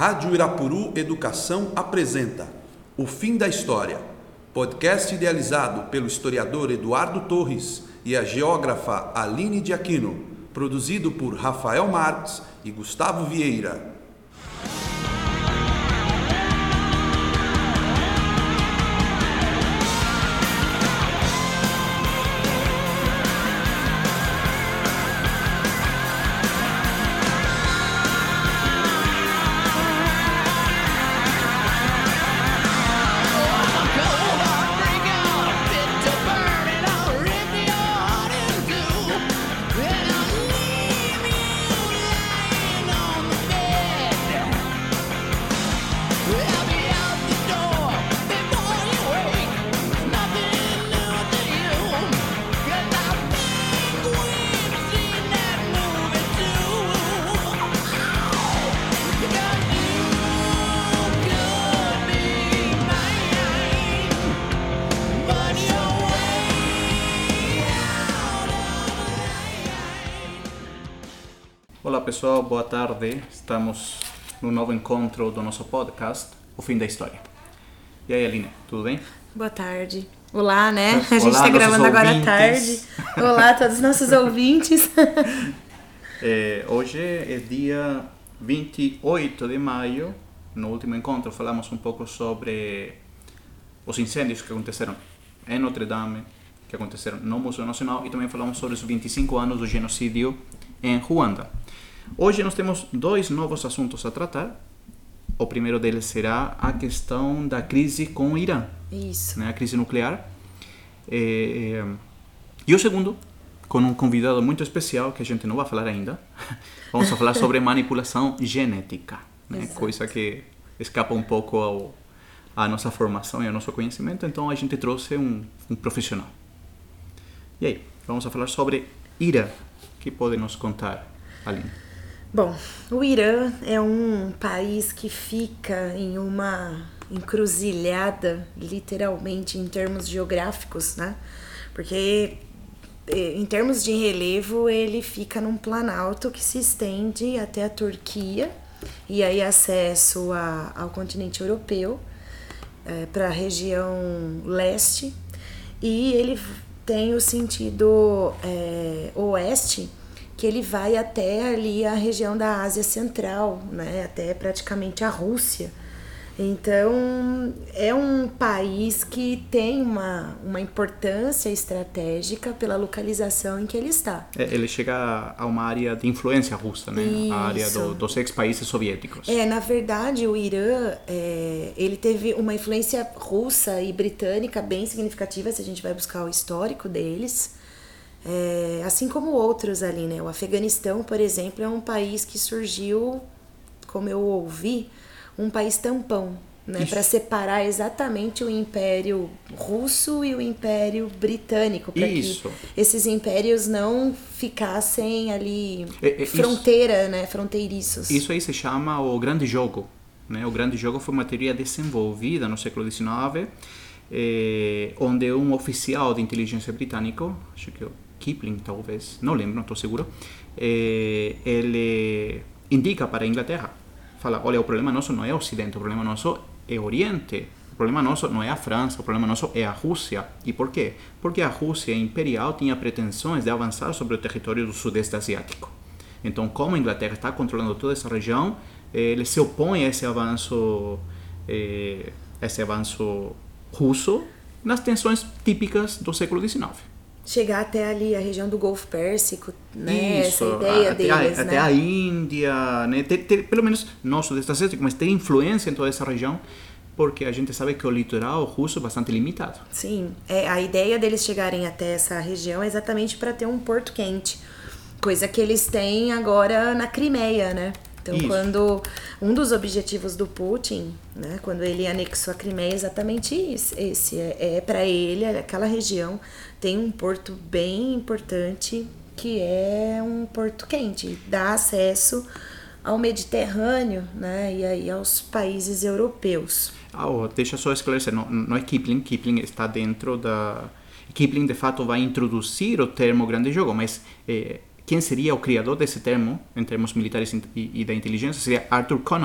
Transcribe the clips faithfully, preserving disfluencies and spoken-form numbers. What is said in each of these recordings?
Rádio Irapuru Educação apresenta O Fim da História, podcast idealizado pelo historiador Eduardo Torres e a geógrafa Aline de Aquino, produzido por Rafael Marques e Gustavo Vieira. Olá pessoal, boa tarde. Estamos no novo encontro do nosso podcast, O Fim da História. E aí, Aline, tudo bem? Boa tarde. Olá, né? A gente Olá, está gravando agora à tarde. ouvintes. Olá a todos os nossos ouvintes. É, hoje é dia vinte e oito de maio. No último encontro falamos um pouco sobre os incêndios que aconteceram em Notre Dame, que aconteceram no Museu Nacional, e também falamos sobre os vinte e cinco anos do genocídio em Ruanda. Hoje nós temos dois novos assuntos a tratar. O primeiro deles será a questão da crise com o Irã, Isso. né, a crise nuclear. É, e o segundo, com um convidado muito especial, que a gente não vai falar ainda, vamos falar sobre manipulação genética, né, coisa que escapa um pouco ao, à nossa formação e ao nosso conhecimento, então a gente trouxe um, um profissional. E aí, vamos falar sobre Irã. O que pode nos contar, Aline? Bom, o Irã é um país que fica em uma encruzilhada, literalmente, em termos geográficos, né? Porque, em termos de relevo, ele fica num planalto que se estende até a Turquia e aí acesso a, ao continente europeu, é, para a região leste, e ele tem o sentido é, oeste, que ele vai até ali a região da Ásia Central, né, até praticamente a Rússia. Então, é um país que tem uma, uma importância estratégica pela localização em que ele está. É, ele chega a uma área de influência russa, né? Isso. A área do, dos ex-países soviéticos. É, na verdade, o Irã, é, ele teve uma influência russa e britânica bem significativa, se a gente vai buscar o histórico deles. É, assim como outros ali, né? O Afeganistão, por exemplo, é um país que surgiu, como eu ouvi, um país tampão, né? Para separar exatamente o Império Russo e o Império Britânico, para que esses impérios não ficassem ali é, é, fronteira, isso, né? Fronteiriços. Isso aí se chama o Grande Jogo, né? O Grande Jogo foi uma teoria desenvolvida no século dezenove, é, onde um oficial de inteligência britânico, acho que Kipling, talvez, não lembro, não estou seguro, é, ele indica para a Inglaterra, fala, olha, o problema nosso não é o Ocidente, o problema nosso é o Oriente, o problema nosso não é a França, o problema nosso é a Rússia. E por quê? Porque a Rússia imperial tinha pretensões de avançar sobre o território do Sudeste Asiático. Então, como a Inglaterra está controlando toda essa região, ele se opõe a esse avanço, eh, esse avanço russo nas tensões típicas do século dezenove. Chegar até ali a região do Golfo Pérsico, né? Isso, essa ideia até deles, a, né? até a Índia, né? ter, ter, pelo menos no Sudeste Asiático, mas ter influência em toda essa região, porque a gente sabe que o litoral russo é bastante limitado. Sim, é, a ideia deles chegarem até essa região é exatamente para ter um porto quente, coisa que eles têm agora na Crimeia, né? Então, Isso. quando um dos objetivos do Putin, né, quando ele anexou a Crimeia, é exatamente isso, esse é, é para ele, aquela região tem um porto bem importante, que é um porto quente, dá acesso ao Mediterrâneo, né, e aí aos países europeus. Ah, oh, deixa só esclarecer, não, não é Kipling, Kipling está dentro da... Kipling, de fato, vai introduzir o termo Grande Jogo, mas... Eh, quem seria o criador desse termo, em termos militares e, e da inteligência, seria Arthur Connolly,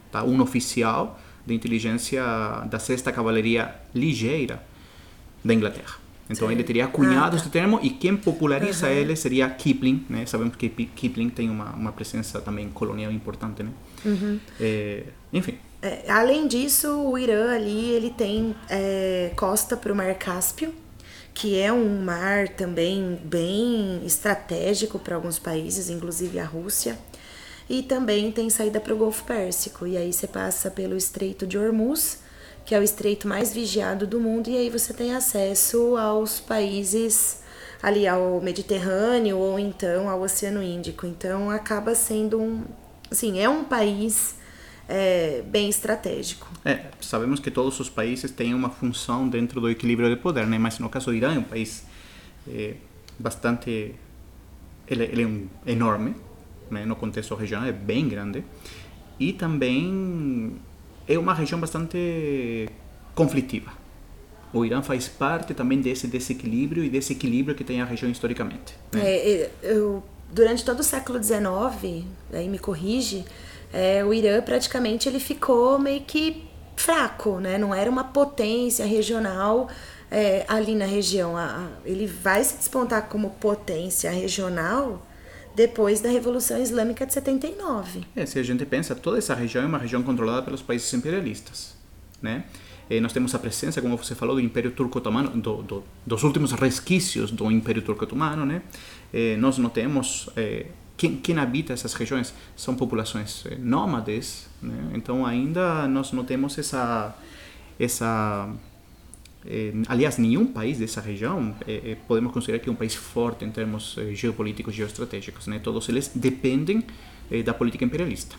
tá? Um oficial de inteligência da sexta Cavalaria Ligeira da Inglaterra. Então Sim. ele teria cunhado ah, tá. este termo, e quem populariza uhum. ele seria Kipling, né? Sabemos que Kipling tem uma, uma presença também colonial importante, né? Uhum. É, enfim. É, além disso, o Irã ali, ele tem é, costa para o Mar Cáspio, que é um mar também bem estratégico para alguns países, inclusive a Rússia. E também tem saída para o Golfo Pérsico. E aí você passa pelo Estreito de Hormuz, que é o estreito mais vigiado do mundo, e aí você tem acesso aos países ali ao Mediterrâneo ou então ao Oceano Índico. Então acaba sendo um, assim, é um país é, bem estratégico. É, sabemos que todos os países têm uma função dentro do equilíbrio de poder, né? Mas no caso do Irã é um país é, bastante, ele, ele é um, enorme, né? No contexto regional é bem grande, e também é uma região bastante conflitiva. O Irã faz parte também desse desequilíbrio e desse equilíbrio que tem a região historicamente, né? É, eu, durante todo o século dezenove, aí me corrige, é, o Irã praticamente ele ficou meio que fraco, né? Não era uma potência regional é, ali na região. A, a, ele vai se despontar como potência regional depois da Revolução Islâmica de setenta e nove. É, se a gente pensa, toda essa região é uma região controlada pelos países imperialistas, né? E nós temos a presença, como você falou, do Império Turco-Otomano, do, do, dos últimos resquícios do Império Turco-Otomano, né? E nós não temos... É, quem, quem habita essas regiões são populações é, nômades, né? Então ainda nós não temos essa... essa Eh, aliás, nenhum país dessa região eh, podemos considerar que é um país forte em termos eh, geopolíticos e geoestratégicos, né? Todos eles dependem eh, da política imperialista.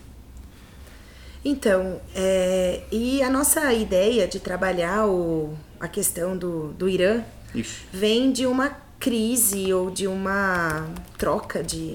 Então, é, e a nossa ideia de trabalhar o, a questão do, do Irã Isso. vem de uma crise ou de uma troca de,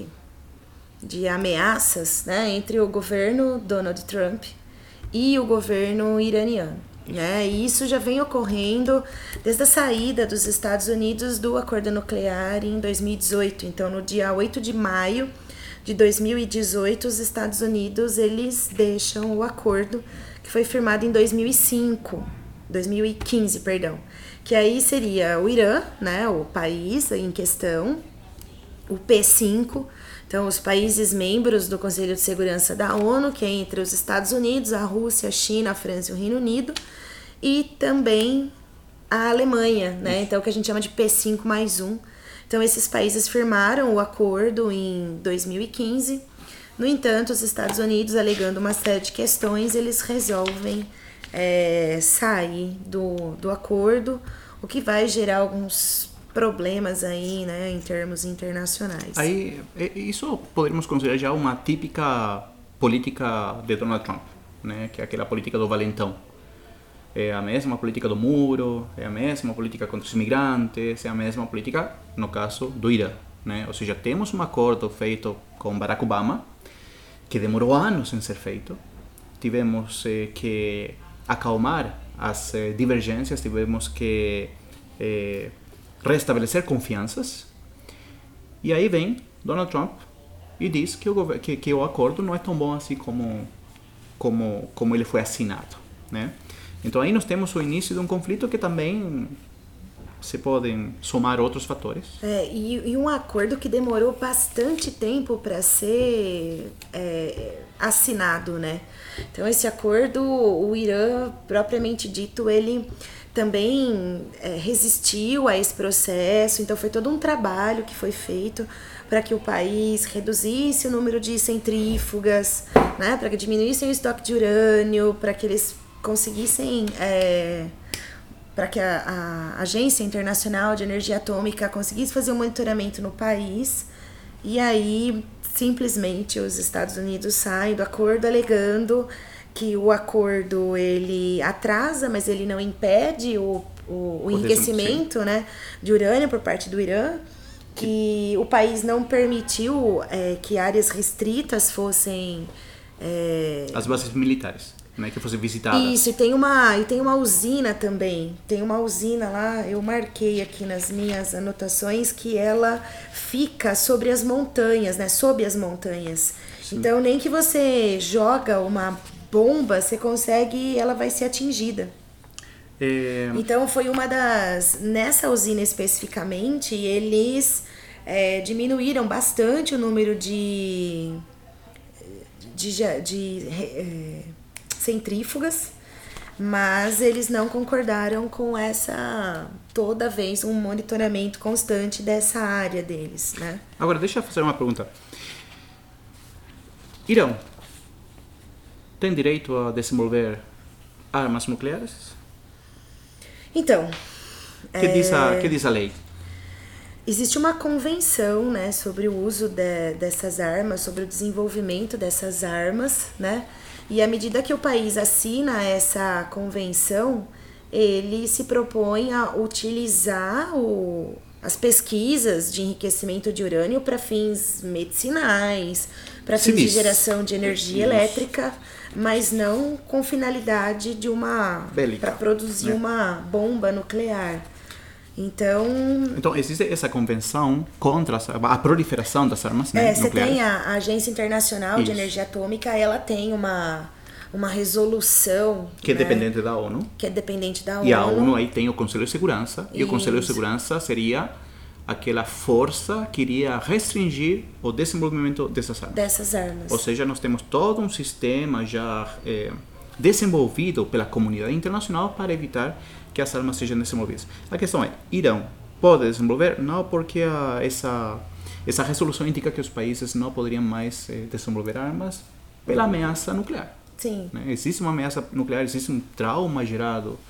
de ameaças, né, entre o governo Donald Trump e o governo iraniano. Né? E isso já vem ocorrendo desde a saída dos Estados Unidos do acordo nuclear em dois mil e dezoito. Então, no dia oito de maio de dois mil e dezoito, os Estados Unidos eles deixam o acordo que foi firmado em dois mil e cinco, dois mil e quinze, perdão, que aí seria o Irã, né, o país em questão, o P cinco. Então, os países membros do Conselho de Segurança da ONU, que é entre os Estados Unidos, a Rússia, a China, a França e o Reino Unido, e também a Alemanha, né? Então, que a gente chama de P cinco mais um. Então, esses países firmaram o acordo em dois mil e quinze. No entanto, os Estados Unidos, alegando uma série de questões, eles resolvem é, sair do, do acordo, o que vai gerar alguns problemas aí, né, em termos internacionais. Aí, isso poderíamos considerar já uma típica política de Donald Trump, né, que é aquela política do valentão. É a mesma política do muro, é a mesma política contra os imigrantes, é a mesma política, no caso, do Irã, né? Ou seja, temos um acordo feito com Barack Obama, que demorou anos em ser feito. Tivemos eh, que acalmar as eh, divergências, tivemos que eh, restabelecer confianças, e aí vem Donald Trump e diz que o, que, que o acordo não é tão bom assim como, como, como ele foi assinado, né? Então aí nós temos o início de um conflito que também se podem somar outros fatores. É, e, e um acordo que demorou bastante tempo para ser é, assinado, né? Então esse acordo, o Irã, propriamente dito, ele também é, resistiu a esse processo, então foi todo um trabalho que foi feito para que o país reduzisse o número de centrífugas, né, para que diminuíssem o estoque de urânio, para que eles conseguissem, é, para que a, a Agência Internacional de Energia Atômica conseguisse fazer um monitoramento no país, e aí simplesmente os Estados Unidos saem do acordo alegando que o acordo ele atrasa, mas ele não impede o, o, o enriquecimento, né, de urânio por parte do Irã, que o país não permitiu é, que áreas restritas fossem... É... As bases militares, né, que fossem visitadas. Isso, e tem, uma, e tem uma usina também, tem uma usina lá, eu marquei aqui nas minhas anotações, que ela fica sobre as montanhas, né, sob as montanhas. Sim. Então nem que você joga uma bomba, você consegue, ela vai ser atingida. É... Então foi uma das... Nessa usina especificamente, eles é, diminuíram bastante o número de, de, de, de é, centrífugas, mas eles não concordaram com essa, toda vez, um monitoramento constante dessa área deles, né? Agora, deixa eu fazer uma pergunta. Irão tem direito a desenvolver armas nucleares? Então... Que, é... diz, a, que diz a lei? Existe uma convenção, né, sobre o uso de, dessas armas, sobre o desenvolvimento dessas armas, né? E à medida que o país assina essa convenção, ele se propõe a utilizar o, as pesquisas de enriquecimento de urânio para fins medicinais, para fins de geração de energia Isso. elétrica, mas não com finalidade de uma para produzir né? uma bomba nuclear. Então, então existe essa convenção contra a proliferação das armas né, é, você nucleares. Tem a Agência Internacional Isso. de Energia Atômica, ela tem uma, uma resolução... Que é né, dependente da ONU. Que é dependente da e ONU. E a ONU aí tem o Conselho de Segurança. Isso. E o Conselho de Segurança seria aquela força que iria restringir o desenvolvimento dessas armas. Dessas armas. Ou seja, nós temos todo um sistema já é, desenvolvido pela comunidade internacional para evitar que as armas sejam desenvolvidas. A questão é, Irão pode desenvolver? Não, porque a, essa, essa resolução indica que os países não poderiam mais eh, desenvolver armas pela ameaça nuclear. Sim. Né? Existe uma ameaça nuclear, existe um trauma gerado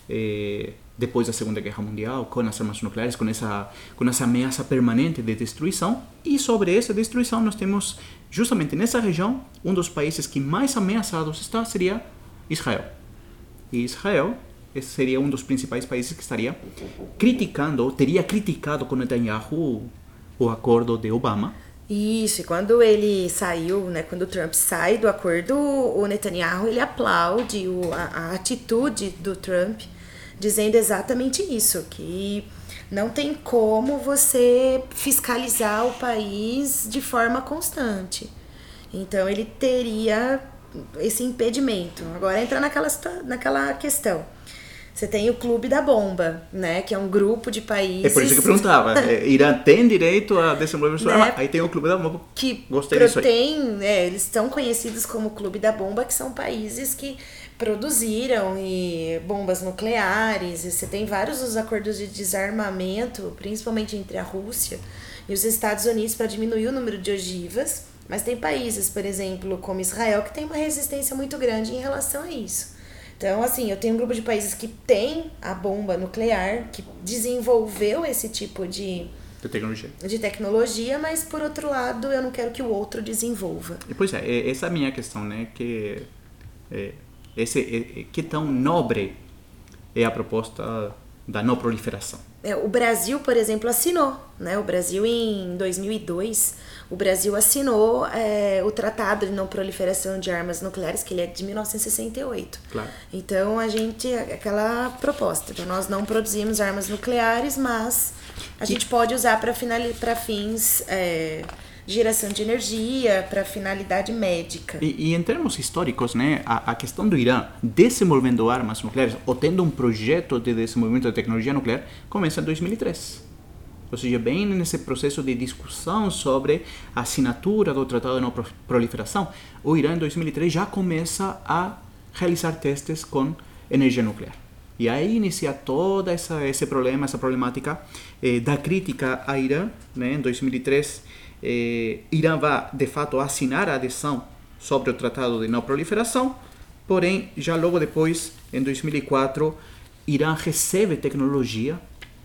eh, depois da Segunda Guerra Mundial com as armas nucleares, com essa, com essa ameaça permanente de destruição. E sobre essa destruição nós temos, justamente nessa região, um dos países que mais ameaçados está seria Israel. E Israel esse seria um dos principais países que estaria criticando, ou teria criticado com Netanyahu o acordo de Obama. Isso, e quando ele saiu, né, quando o Trump sai do acordo, o Netanyahu ele aplaude o, a, a atitude do Trump, dizendo exatamente isso, que não tem como você fiscalizar o país de forma constante. Então ele teria esse impedimento. Agora entra naquela, naquela questão. Você tem o Clube da Bomba, né? Que é um grupo de países... É por isso que eu perguntava. É, Irã tem direito a desenvolver sua né? arma? Aí tem o Clube da Bomba. Que Gostei disso aí. Tem, é, eles estão conhecidos como Clube da Bomba, que são países que produziram e bombas nucleares. E você tem vários dos acordos de desarmamento, principalmente entre a Rússia e os Estados Unidos, para diminuir o número de ogivas. Mas tem países, por exemplo, como Israel, que tem uma resistência muito grande em relação a isso. Então, assim, eu tenho um grupo de países que tem a bomba nuclear, que desenvolveu esse tipo de, de, tecnologia. de tecnologia, mas, por outro lado, eu não quero que o outro desenvolva. E, pois é, essa é a minha questão, né? Que, é, esse, é, que tão nobre é a proposta da não proliferação. É, o Brasil, por exemplo, assinou, né? O Brasil, em dois mil e dois, o Brasil assinou é, o Tratado de Não Proliferação de Armas Nucleares, que ele é de mil novecentos e sessenta e oito. Claro. Então, a gente, aquela proposta, então, nós não produzimos armas nucleares, mas a gente e... pode usar para para fins é, de geração de energia, para finalidade médica. E, e em termos históricos, né, a, a questão do Irã desenvolvendo armas nucleares ou tendo um projeto de desenvolvimento de tecnologia nuclear começa em dois mil e três. Ou seja, bem nesse processo de discussão sobre a assinatura do Tratado de Não Proliferação, o Irã em dois mil e três já começa a realizar testes com energia nuclear. E aí inicia todo essa, esse problema, essa problemática eh, da crítica a Irã. Né? Em dois mil e três, eh, Irã vai, de fato, assinar a adesão sobre o Tratado de Não Proliferação, porém, já logo depois, em dois mil e quatro, Irã recebe tecnologia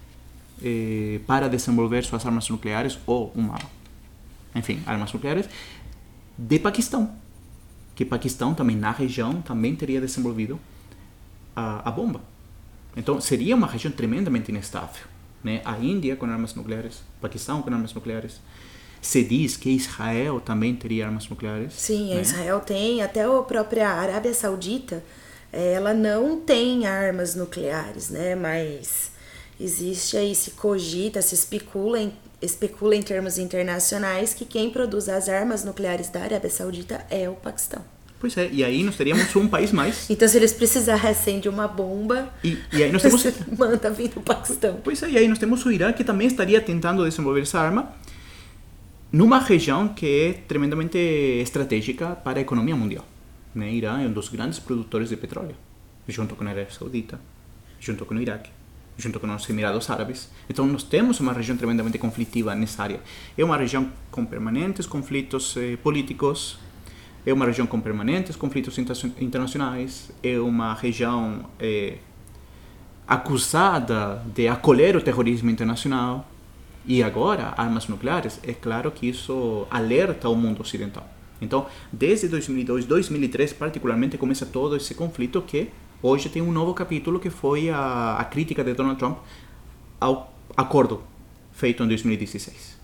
Eh, para desenvolver suas armas nucleares ou uma, enfim, armas nucleares de Paquistão, que Paquistão também na região também teria desenvolvido a, a bomba. Então seria uma região tremendamente instável, né? A Índia com armas nucleares, Paquistão com armas nucleares. Se diz que Israel também teria armas nucleares. Sim, né? Israel tem, até a própria Arábia Saudita, ela não tem armas nucleares, né? Mas existe aí, se cogita, se especula em, especula em termos internacionais que quem produz as armas nucleares da Arábia Saudita é o Paquistão. Pois é, e aí nós teríamos um país mais. Então, se eles precisarem de uma bomba, e, e aí nós temos... manda vir do Paquistão. Pois é, e aí nós temos o Irã, que também estaria tentando desenvolver essa arma numa região que é tremendamente estratégica para a economia mundial. Né? Irã é um dos grandes produtores de petróleo, junto com a Arábia Saudita, junto com o Iraque, junto com os Emirados Árabes. Então nós temos uma região tremendamente conflitiva nessa área. É uma região com permanentes conflitos eh, políticos, é uma região com permanentes conflitos internacionais, é uma região eh, acusada de acolher o terrorismo internacional. E agora, armas nucleares, é claro que isso alerta o mundo ocidental. Então, desde dois mil e dois, dois mil e três, particularmente, começa todo esse conflito que hoje tem um novo capítulo, que foi a, a crítica de Donald Trump ao acordo feito em dois mil e dezesseis.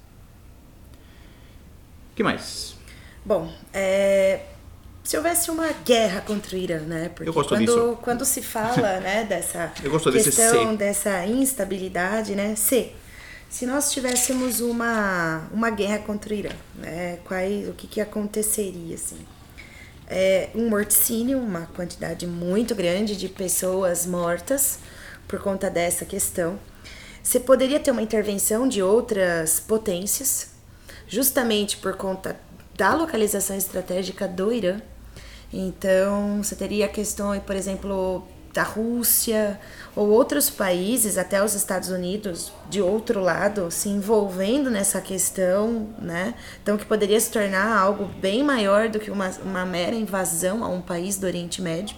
O que mais? Bom, é, se houvesse uma guerra contra o Irã, né? Porque Eu gosto quando, disso. quando se fala né, dessa Eu gosto questão, desse dessa instabilidade, né? Se, se nós tivéssemos uma, uma guerra contra o Irã, né? Quais, o que, que aconteceria, assim? É, um morticínio, uma quantidade muito grande de pessoas mortas por conta dessa questão. Você poderia ter uma intervenção de outras potências, justamente por conta da localização estratégica do Irã. Então, você teria a questão, por exemplo, da Rússia ou outros países, até os Estados Unidos, de outro lado, se envolvendo nessa questão, né? Então, que poderia se tornar algo bem maior do que uma, uma mera invasão a um país do Oriente Médio.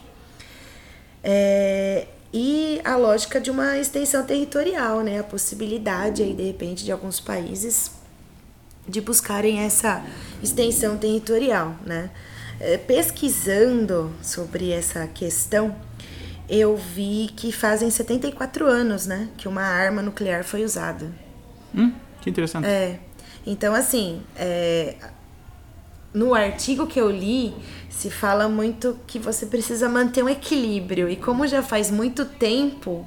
É, e a lógica de uma extensão territorial, né? A possibilidade, aí, de repente, de alguns países de buscarem essa extensão territorial, né? É, pesquisando sobre essa questão, eu vi que fazem setenta e quatro anos, né, que uma arma nuclear foi usada. Hum, que interessante. É, então, assim, é, no artigo que eu li, se fala muito que você precisa manter um equilíbrio. E como já faz muito tempo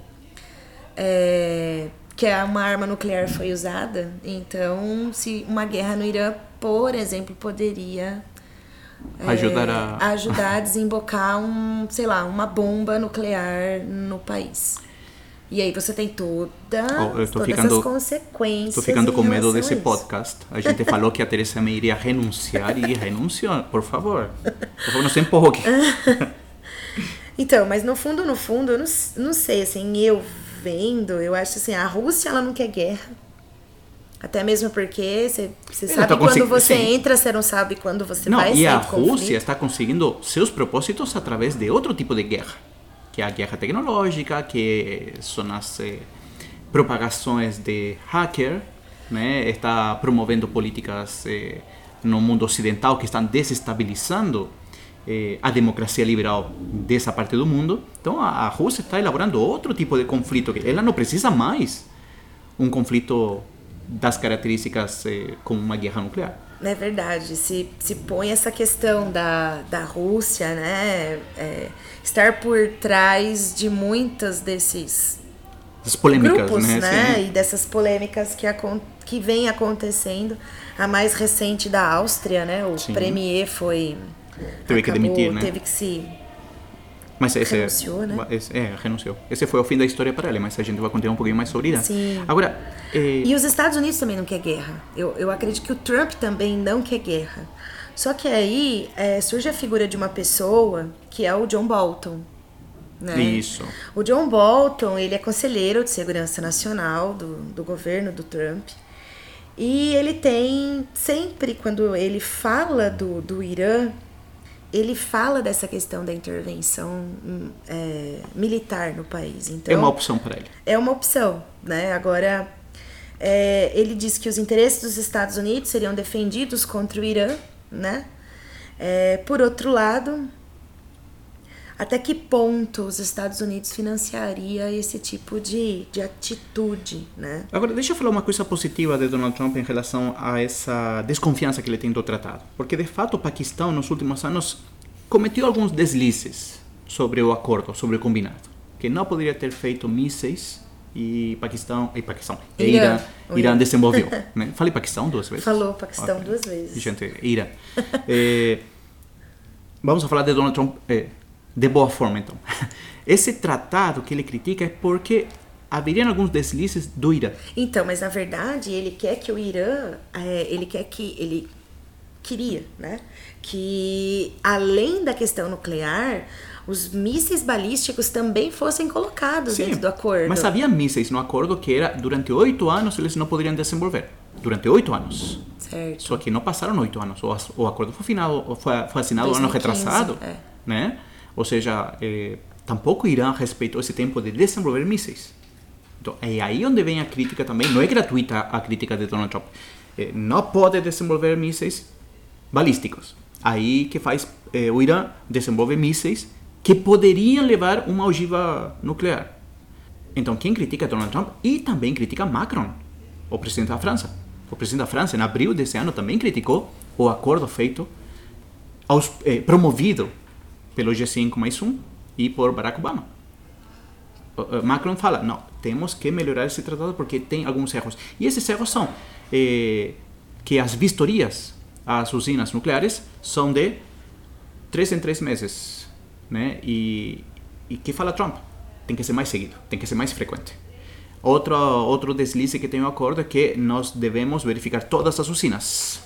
é, que uma arma nuclear foi usada, então, se uma guerra no Irã, por exemplo, poderia... Ajudar a... É, ajudar a desembocar um, sei lá, uma bomba nuclear no país. E aí você tem toda, oh, eu tô todas ficando, as consequências. Estou ficando com medo desse a podcast. A gente falou que a Teresa me iria renunciar e renunciou. Por favor. Por favor, não se empolgue. Então, mas no fundo, no fundo, eu não, não sei, assim, eu vendo, eu acho assim, a Rússia, ela não quer guerra. Até mesmo porque você, você sabe tá quando consegui... você Sim. entra, você não sabe quando você não, vai sair e a do conflito. Rússia está conseguindo seus propósitos através de outro tipo de guerra, que é a guerra tecnológica, que são as eh, propagações de hacker, né? Está promovendo políticas eh, no mundo ocidental que estão desestabilizando eh, a democracia liberal dessa parte do mundo. Então a, a Rússia está elaborando outro tipo de conflito, que ela não precisa mais um conflito das características eh, como uma guerra nuclear. É verdade, se, se põe essa questão da, da Rússia, né, é, estar por trás de muitas desses As polêmicas, grupos, né? né, Sim. e dessas polêmicas que, que vem acontecendo. A mais recente da Áustria, né, o Sim. premier foi... Teve que acabou, demitir, né? Teve que se... Mas esse, renunciou, né? Esse, é, renunciou. Esse foi o fim da história para ele, mas a gente vai contar um pouquinho mais sobre Irã. Sim. Agora, é... E os Estados Unidos também não quer guerra. Eu, eu acredito que o Trump também não quer guerra. Só que aí é, surge a figura de uma pessoa que é o John Bolton. Né? Isso. O John Bolton, ele é conselheiro de segurança nacional do, do governo do Trump. E ele tem, sempre quando ele fala do, do Irã, ele fala dessa questão da intervenção é, militar no país. Então, é uma opção para ele. É uma opção, né? Agora, é, ele diz que os interesses dos Estados Unidos seriam defendidos contra o Irã, né? É, por outro lado, até que ponto os Estados Unidos financiaria esse tipo de, de atitude, né? Agora, deixa eu falar uma coisa positiva de Donald Trump em relação a essa desconfiança que ele tem do tratado. Porque, de fato, o Paquistão, nos últimos anos, cometeu alguns deslizes sobre o acordo, sobre o combinado. Que não poderia ter feito mísseis e Paquistão... E Paquistão... E Irã, Irã, Irã desenvolveu. Né? Falei Paquistão duas vezes? Falou Paquistão okay. duas vezes. Gente, Irã. é, vamos falar de Donald Trump é, de boa forma, então. Esse tratado que ele critica é porque haveriam alguns deslizes do Irã. Então, mas na verdade ele quer que o Irã, é, ele quer que, ele queria, né, que além da questão nuclear, os mísseis balísticos também fossem colocados Sim, dentro do acordo. Mas havia mísseis no acordo que era, durante oito anos eles não poderiam desenvolver. Durante oito anos. Certo. Só que não passaram oito anos. O, o acordo foi, final, foi, foi assinado no ano retrasado. É. Né? Ou seja, eh, tampouco o Irã respeitou esse tempo de desenvolver mísseis. Então, é aí onde vem a crítica também. Não é gratuita a crítica de Donald Trump. Eh, não pode desenvolver mísseis balísticos. Aí que faz eh, o Irã desenvolve mísseis que poderiam levar uma ogiva nuclear. Então, quem critica Donald Trump e também critica Macron, o presidente da França. O presidente da França, em abril desse ano, também criticou o acordo feito, aos, eh, promovido pelo G cinco mais um e por Barack Obama. O, Macron fala, não, temos que melhorar esse tratado porque tem alguns erros. E esses erros são eh, que as vistorias às usinas nucleares são de três em três meses. Né? E, e que fala Trump? Tem que ser mais seguido, tem que ser mais frequente. Outro, outro deslize que tem o acordo é que nós devemos verificar todas as usinas.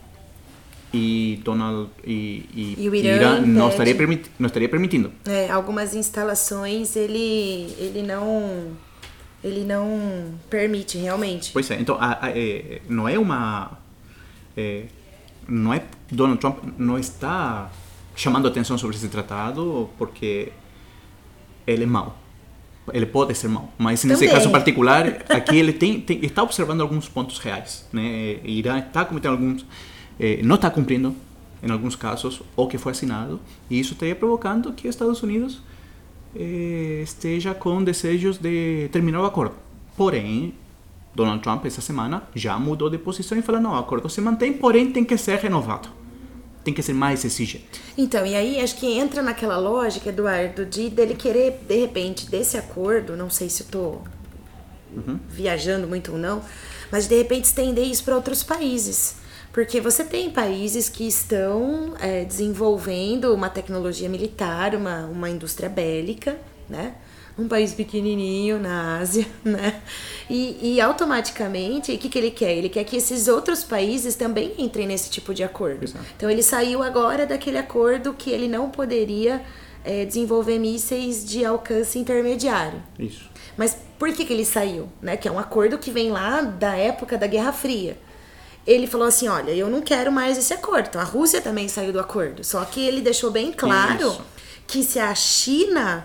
E Donald e, e, e o Irã, Irã não, estaria permiti, não estaria permitindo. É, algumas instalações ele, ele, não, ele não permite realmente. Pois é, então a, a, é, não é uma... É, não é, Donald Trump não está chamando atenção sobre esse tratado porque ele é mau. Ele pode ser mau, mas nesse Também. caso particular, aqui ele tem, tem, está observando alguns pontos reais. Né? Irã está cometendo alguns... Eh, não está cumprindo, em alguns casos, o que foi assinado, e isso estaria provocando que Estados Unidos eh, esteja com desejos de terminar o acordo. Porém, Donald Trump, essa semana, já mudou de posição e falou, não, o acordo se mantém, porém tem que ser renovado. Tem que ser mais exigente. Então, e aí acho que entra naquela lógica, Eduardo, de dele querer, de repente, desse acordo, não sei se eu tô uhum. viajando muito ou não, mas de repente estender isso para outros países. Porque você tem países que estão é, desenvolvendo uma tecnologia militar, uma, uma indústria bélica, né? Um país pequenininho na Ásia, né? E, e automaticamente, o que, que ele quer? Ele quer que esses outros países também entrem nesse tipo de acordo. Exato. Então ele saiu agora daquele acordo que ele não poderia é, desenvolver mísseis de alcance intermediário. Isso. Mas por que, que ele saiu? Né? Que é um acordo que vem lá da época da Guerra Fria. Ele falou assim, olha, eu não quero mais esse acordo. Então a Rússia também saiu do acordo. Só que ele deixou bem claro Isso. que se a China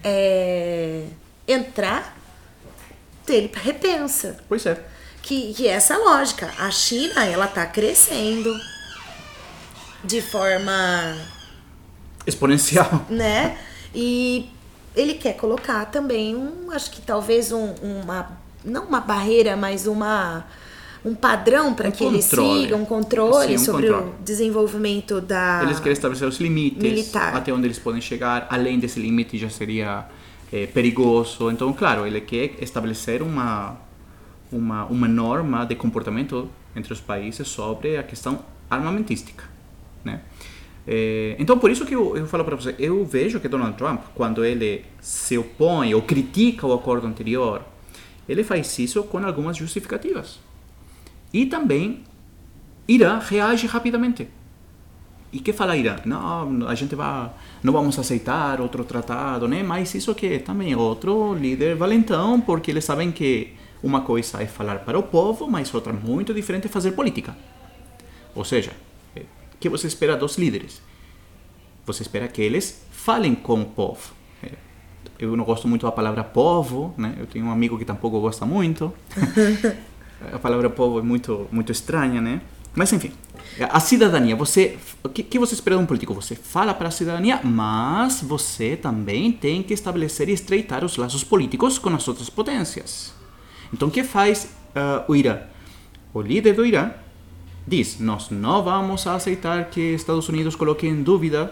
é, entrar, ele repensa. Pois é. Que, que é essa lógica. A China, ela tá crescendo de forma... exponencial. Né? E ele quer colocar também, um, acho que talvez um, uma... não uma barreira, mas uma... um padrão para um que eles sigam, um controle Sim, um sobre controle. o desenvolvimento da Eles querem estabelecer os limites, militar. até onde eles podem chegar, além desse limite já seria é, perigoso. Então, claro, ele quer estabelecer uma, uma, uma norma de comportamento entre os países sobre a questão armamentística. Né? É, então, por isso que eu, eu falo para você, eu vejo que Donald Trump, quando ele se opõe ou critica o acordo anterior, ele faz isso com algumas justificativas. E também, Irã reage rapidamente. E que fala Irã? Não, a gente vai, não vamos aceitar outro tratado, né? Mas isso que também outro líder valentão, porque eles sabem que uma coisa é falar para o povo, mas outra muito diferente é fazer política. Ou seja, o que você espera dos líderes? Você espera que eles falem com o povo. Eu não gosto muito da palavra povo, né? Eu tenho um amigo que tampouco gosta muito. A palavra povo é muito, muito estranha, né? Mas, enfim, a cidadania, você, o que, que você espera de um político? Você fala para a cidadania, mas você também tem que estabelecer e estreitar os laços políticos com as outras potências. Então, o que faz uh, o Irã? O líder do Irã diz, nós não vamos aceitar que Estados Unidos coloque em dúvida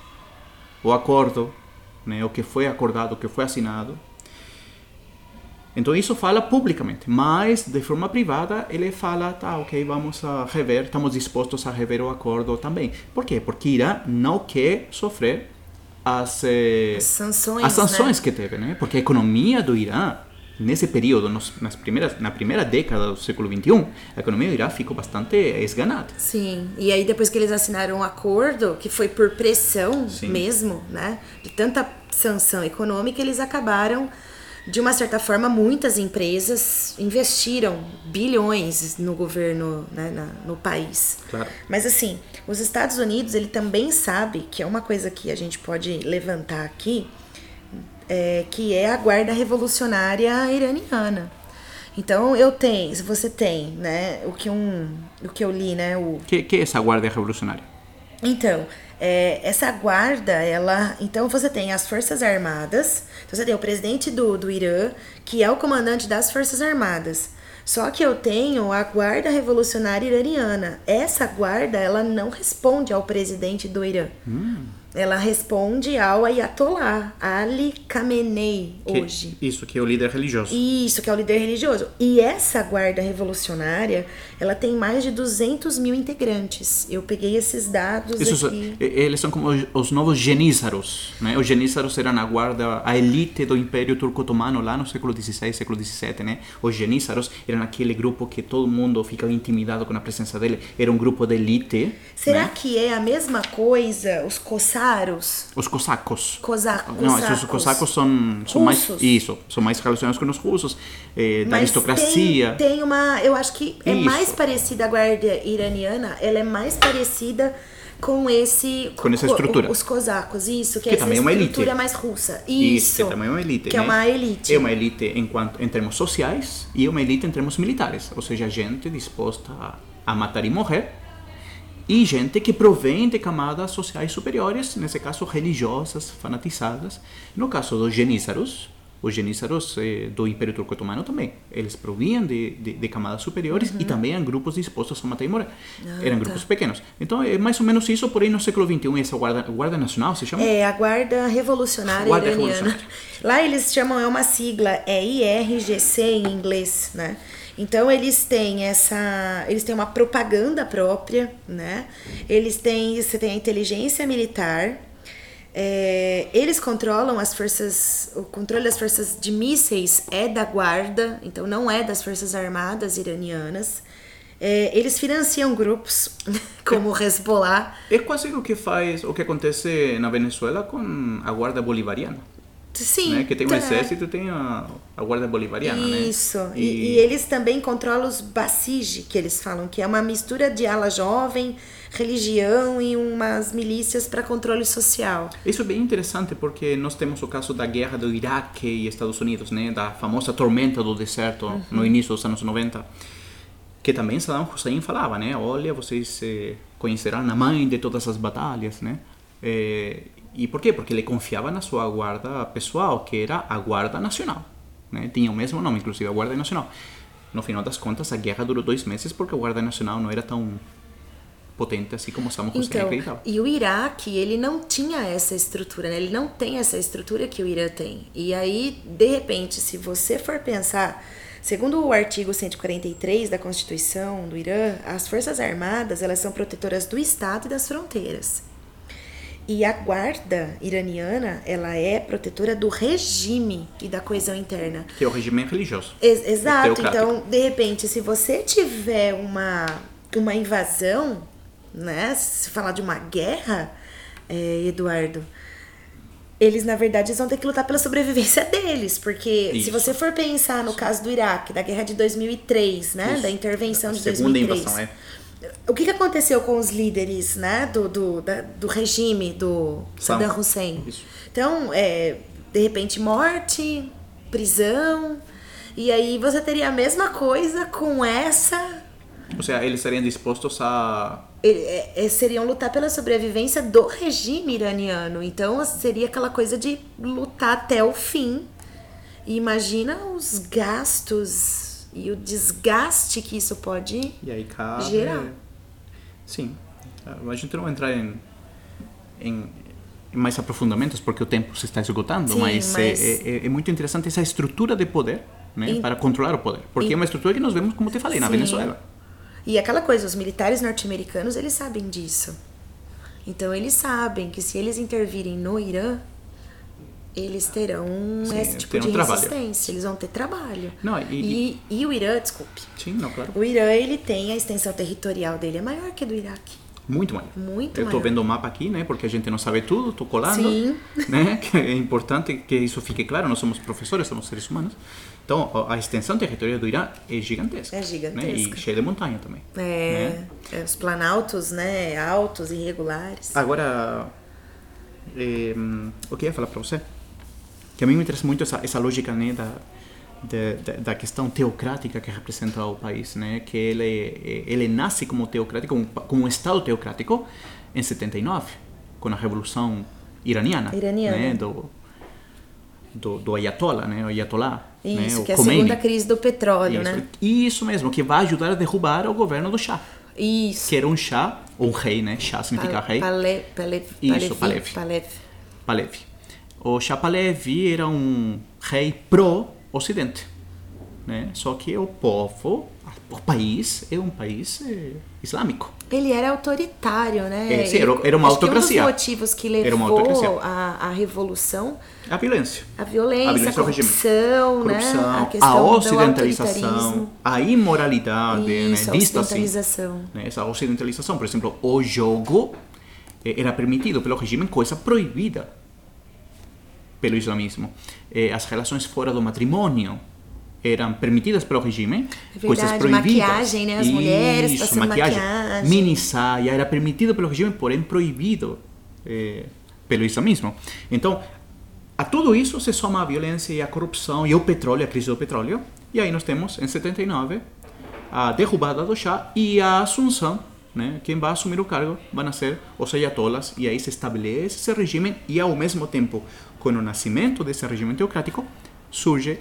o acordo, né, o que foi acordado, o que foi assinado. Então isso fala publicamente, mas de forma privada ele fala, tá, ok, vamos a rever, estamos dispostos a rever o acordo também. Por quê? Porque Irã não quer sofrer as, eh, As sanções, as sanções né? que teve, né? Porque a economia do Irã, nesse período, nos, nas primeiras, na primeira década do século vinte e um, a economia do Irã ficou bastante esganada. Sim, e aí depois que eles assinaram um acordo, que foi por pressão Sim. mesmo, né? De tanta sanção econômica, eles acabaram, de uma certa forma, muitas empresas investiram bilhões no governo, né, na, no país. Claro. Mas assim, os Estados Unidos, ele também sabe, que é uma coisa que a gente pode levantar aqui, é, que é a Guarda Revolucionária Iraniana. Então eu tenho, se você tem, né, o que, um, o que eu li, né, o... Que, que é essa guarda revolucionária? Então, é, essa guarda, ela... Então você tem as Forças Armadas, então você tem o presidente do, do Irã, que é o comandante das Forças Armadas. Só que eu tenho a Guarda Revolucionária Iraniana. Essa guarda, ela não responde ao presidente do Irã. Hum. Ela responde ao Ayatollah Ali Khamenei, que, hoje. Isso, que é o líder religioso. Isso, que é o líder religioso. E essa guarda revolucionária, ela tem mais de duzentos mil integrantes. Eu peguei esses dados isso, aqui. Eles são como os novos genízaros, né? Os genízaros eram a guarda, a elite do Império Turco-Otomano lá no século dezesseis, século dezessete, né? Os genízaros eram aquele grupo que todo mundo ficava intimidado com a presença dele. Era um grupo de elite. Será né? que é a mesma coisa, os cossaros? Os cossacos. Cosaco, Não, cossacos. os cossacos são, são mais isso, são mais relacionados com os russos, eh, da Mas aristocracia. Tem, tem uma, eu acho que é Isso. mais parecida a guarda iraniana, ela é mais parecida com esse com essa estrutura. Os cosacos, isso, que, que é também essa é uma elite. estrutura mais russa. Isso, Isso. que também é uma elite. Que né? é uma elite. É uma elite em, quanto, em termos sociais e é uma elite em termos militares, ou seja, gente disposta a, a matar e morrer. E gente que provém de camadas sociais superiores, nesse caso religiosas, fanatizadas. No caso dos genízaros, os genízaros eh, do Império Turco-Otomano também, eles provinham de, de, de camadas superiores, uhum. E também eram grupos dispostos a matar e morrer. Ah, eram tá. grupos pequenos. Então é mais ou menos isso, porém no século vinte e um, essa guarda, guarda nacional se chama? É, a Guarda Revolucionária guarda Iraniana. Revolucionária. Lá eles chamam, é uma sigla, é I R G C em inglês, né? Então eles têm essa, eles têm uma propaganda própria, né? Eles têm, você tem a inteligência militar, é, eles controlam as forças, o controle das forças de mísseis é da guarda, então não é das forças armadas iranianas. É, eles financiam grupos como o Hezbollah. É quase o que faz, o que acontece na Venezuela com a guarda bolivariana. Sim, né? Que tem o tá. exército e tem a, a guarda bolivariana, Isso. né? E, e eles também controlam os Basij, que eles falam, que é uma mistura de ala jovem, religião e umas milícias para controle social. Isso é bem interessante porque nós temos o caso da guerra do Iraque e Estados Unidos, né? Da famosa tormenta do deserto, uhum. No início dos anos noventa, que também Saddam Hussein falava, né? Olha, vocês eh, conhecerão a mãe de todas as batalhas, né? Eh, E por quê? Porque ele confiava na sua guarda pessoal, que era a Guarda Nacional. Né? Tinha o mesmo nome, inclusive, a Guarda Nacional. No final das contas, a guerra durou dois meses porque a Guarda Nacional não era tão potente assim como Saddam Hussein então, acreditava. E o Iraque, ele não tinha essa estrutura, né? Ele não tem essa estrutura que o Irã tem. E aí, de repente, se você for pensar... Segundo o artigo cento e quarenta e três da Constituição do Irã, as Forças Armadas, elas são protetoras do Estado e das fronteiras. E a guarda iraniana, ela é protetora do regime e da coesão interna. Que é o regime religioso. Ex- exato. Então, de repente, se você tiver uma, uma invasão, né? Se falar de uma guerra, é, Eduardo, eles, na verdade, eles vão ter que lutar pela sobrevivência deles. Porque Isso. se você for pensar no Isso. caso do Iraque, da guerra de dois mil e três, né? Isso. Da intervenção a de dois mil e três. Segunda invasão, é. O que, que aconteceu com os líderes, né, do, do, da, do regime do Saddam Hussein? Isso. Então, é, de repente, morte, prisão, e aí você teria a mesma coisa com essa... Ou seja, eles seriam dispostos a... É, é, seriam lutar pela sobrevivência do regime iraniano. Então, seria aquela coisa de lutar até o fim. E imagina os gastos... E o desgaste que isso pode e aí cabe... gerar. Sim. A gente não vai entrar em, em, em mais aprofundamentos porque o tempo se está esgotando, Sim, mas, mas... É, é, é muito interessante essa estrutura de poder né, e, para controlar o poder. Porque e, é uma estrutura que nós vemos, como te falei, na sim. Venezuela. E aquela coisa, os militares norte-americanos, eles sabem disso. Então, eles sabem que se eles intervirem no Irã, eles terão sim, esse tipo de um resistência, trabalho. Eles vão ter trabalho. Não, e, e, e o Irã, desculpe. Sim, não, claro. O Irã, ele tem a extensão territorial dele, é maior que a do Iraque. Muito maior. Muito Eu estou vendo o mapa aqui, né? Porque a gente não sabe tudo, estou colando. Sim. Né? Que é importante que isso fique claro, nós somos professores, somos seres humanos. Então, a extensão territorial do Irã é gigantesca. É gigantesca. Né? E cheia de montanha também. É, né? é os planaltos, né? Altos, irregulares. Agora, é, o que eu ia falar para você? Que a mim me interessa muito essa, essa lógica, né? Da, da, da questão teocrática que representa o país, né? Que ele, ele nasce como teocrático, como, como um Estado teocrático em setenta e nove, com a Revolução Iraniana. Iraniana. Né? Do, do, do Ayatollah, né? O Ayatollah. Isso, né? que é a segunda crise do petróleo, isso, né? Isso mesmo, que vai ajudar a derrubar o governo do Shah. Isso. Que era um Shah, ou um rei, né? Shah significa Pal- rei. Pale, Palev, Isso, Palevi, Palevi. Palev. Palevi. O Shah Palevi era um rei pró-Ocidente, né? Só que o povo, o país, é um país é, islâmico. Ele era autoritário, né? É, sim, era, era uma Acho autocracia. Que um dos motivos que levou a, a revolução... A violência. A violência, a, violência, a corrupção, a corrupção, né? A, questão a ocidentalização, a imoralidade, isso, né? Vista a ocidentalização. Assim, né? Essa ocidentalização, por exemplo, o jogo era permitido pelo regime, coisa proibida pelo islamismo. As relações fora do matrimônio eram permitidas pelo regime, é verdade, coisas proibidas. Maquiagem, né? As Isso, mulheres passando maquiagem. maquiagem. Mini saia era permitido pelo regime, porém proibido eh, pelo islamismo. Então, a tudo isso se soma a violência e a corrupção e o petróleo, a crise do petróleo. E aí nós temos, em setenta e nove, a derrubada do Shah e a assunção, né? Quem vai assumir o cargo vão ser os ayatollahs, e aí se estabelece esse regime, e ao mesmo tempo, com o nascimento desse regime teocrático, surge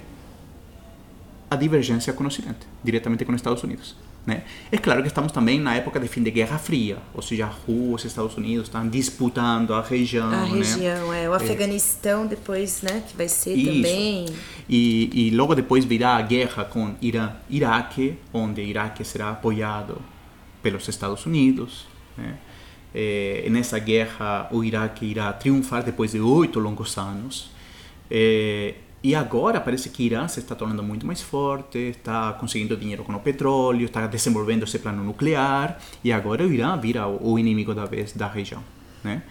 a divergência com o Ocidente, diretamente com os Estados Unidos. Né? É claro que estamos também na época de fim de Guerra Fria, ou seja, a Rússia e os Estados Unidos estão disputando a região. A região, né? é. O Afeganistão é. depois, né, que vai ser Isso. também. E, e logo depois virá a guerra com Irã, Iraque, onde Iraque será apoiado pelos Estados Unidos. Né? É, nessa guerra, o Iraque irá triunfar depois de oito longos anos. É, E agora parece que Irã se está tornando muito mais forte, está conseguindo dinheiro com o petróleo, está desenvolvendo esse plano nuclear, e agora o Irã vira o inimigo da vez da região, né?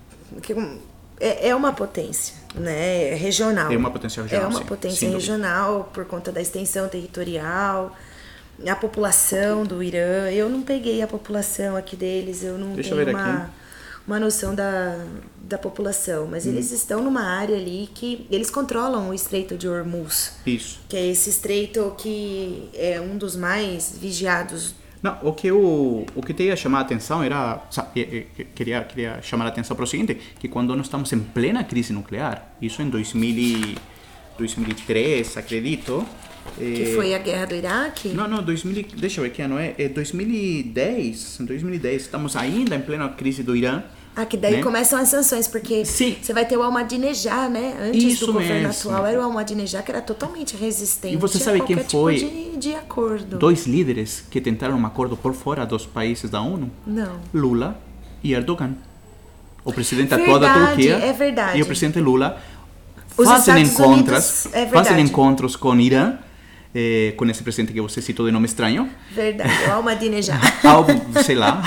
É, é uma potência, né? Regional. É uma potência regional, É uma sim, potência regional por conta da extensão territorial, a população do Irã. Eu não peguei a população aqui deles, eu não Deixa tenho eu ver uma... aqui. uma noção da, da população, mas hum. eles estão numa área ali que eles controlam o Estreito de Hormuz. Isso. Que é esse estreito que é um dos mais vigiados. Não, o que eu, o que te ia chamar a atenção era, sabe, queria queria chamar a atenção para o seguinte, que quando nós estamos em plena crise nuclear, isso em dois mil e três, acredito. Que é, foi a guerra do Iraque? Não, não, dois mil, deixa eu ver que ano é, é dois mil e dez, em dois mil e dez, estamos ainda em plena crise do Irã. Ah, que daí né? começam as sanções, porque Sim. você vai ter o Ahmadinejad, né? Antes Isso do governo mesmo. atual era o Ahmadinejad, que era totalmente resistente e você sabe a quem foi tipo de, de acordo. Dois líderes que tentaram um acordo por fora dos países da ONU? Não. Lula e Erdogan. O presidente verdade, atual da Turquia é verdade. e o presidente Lula Os fazem Estados encontros, Unidos, é fazem encontros com Irã, eh, com esse presidente que você citou de nome estranho. Verdade, o Ahmadinejad. Algo, sei lá.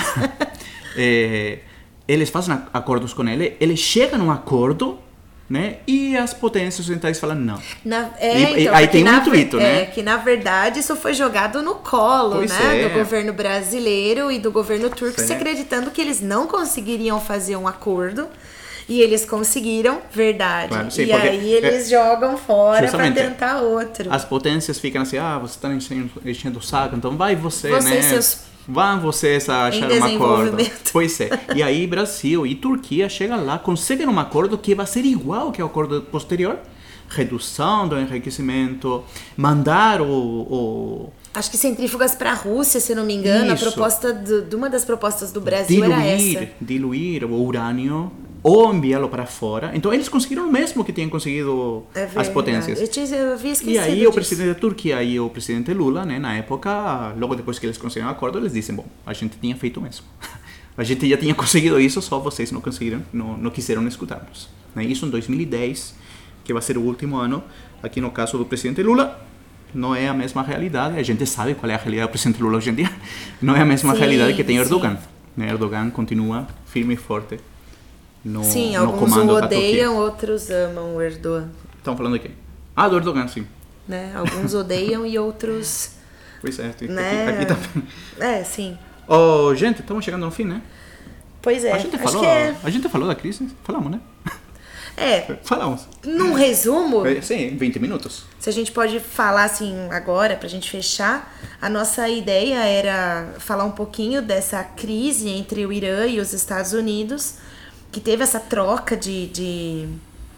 eh, eles fazem acordos com ele, eles chegam a um acordo, né? E as potências ocidentais falam não. Na, é, e, então, aí tem um intuito, é, né? É que na verdade isso foi jogado no colo, pois né? É. Do governo brasileiro e do governo turco, Sim. se acreditando que eles não conseguiriam fazer um acordo. E eles conseguiram, verdade. Claro, sim, e aí eles é, jogam fora para tentar outro. As potências ficam assim, ah, você está enchendo, enchendo o saco, então vai você, você né? E seus Vão vocês achar um acordo. Pois é. E aí Brasil e Turquia chegam lá, conseguem um acordo que vai ser igual que o acordo posterior. Redução do enriquecimento, mandar o... o Acho que centrífugas para a Rússia, se não me engano. Isso. A proposta de, de uma das propostas do Brasil diluir, era essa. Diluir o urânio ou enviá-lo para fora. Então eles conseguiram o mesmo que tinham conseguido É as verdade. potências. Eu, tinha, eu havia esquecido E aí disso. o presidente da Turquia e o presidente Lula, né, na época, logo depois que eles conseguiram o acordo, eles disseram, bom, a gente tinha feito o mesmo. A gente já tinha conseguido isso, só vocês não conseguiram, não, não quiseram escutar-nos. Né? Isso em dois mil e dez, que vai ser o último ano, aqui no caso do presidente Lula, não é a mesma realidade. A gente sabe qual é a realidade do presidente Lula hoje em dia. Não é a mesma Sim, realidade que tem Erdogan. sim. Né? Erdogan continua firme e forte no, Sim, no alguns comando o da Turquia. odeiam, outros amam o Erdogan. Estão falando de quem? Ah, do Erdogan, sim. Né? Alguns odeiam e outros... Pois é, aqui, Né? aqui também. É, sim. Oh, gente, estamos chegando ao fim, né? Pois é, A gente acho falou, que é... a gente falou da crise? Falamos, né? É, Falamos. num resumo, É, sim, vinte minutos. se a gente pode falar assim agora, pra gente fechar, a nossa ideia era falar um pouquinho dessa crise entre o Irã e os Estados Unidos, que teve essa troca de, de,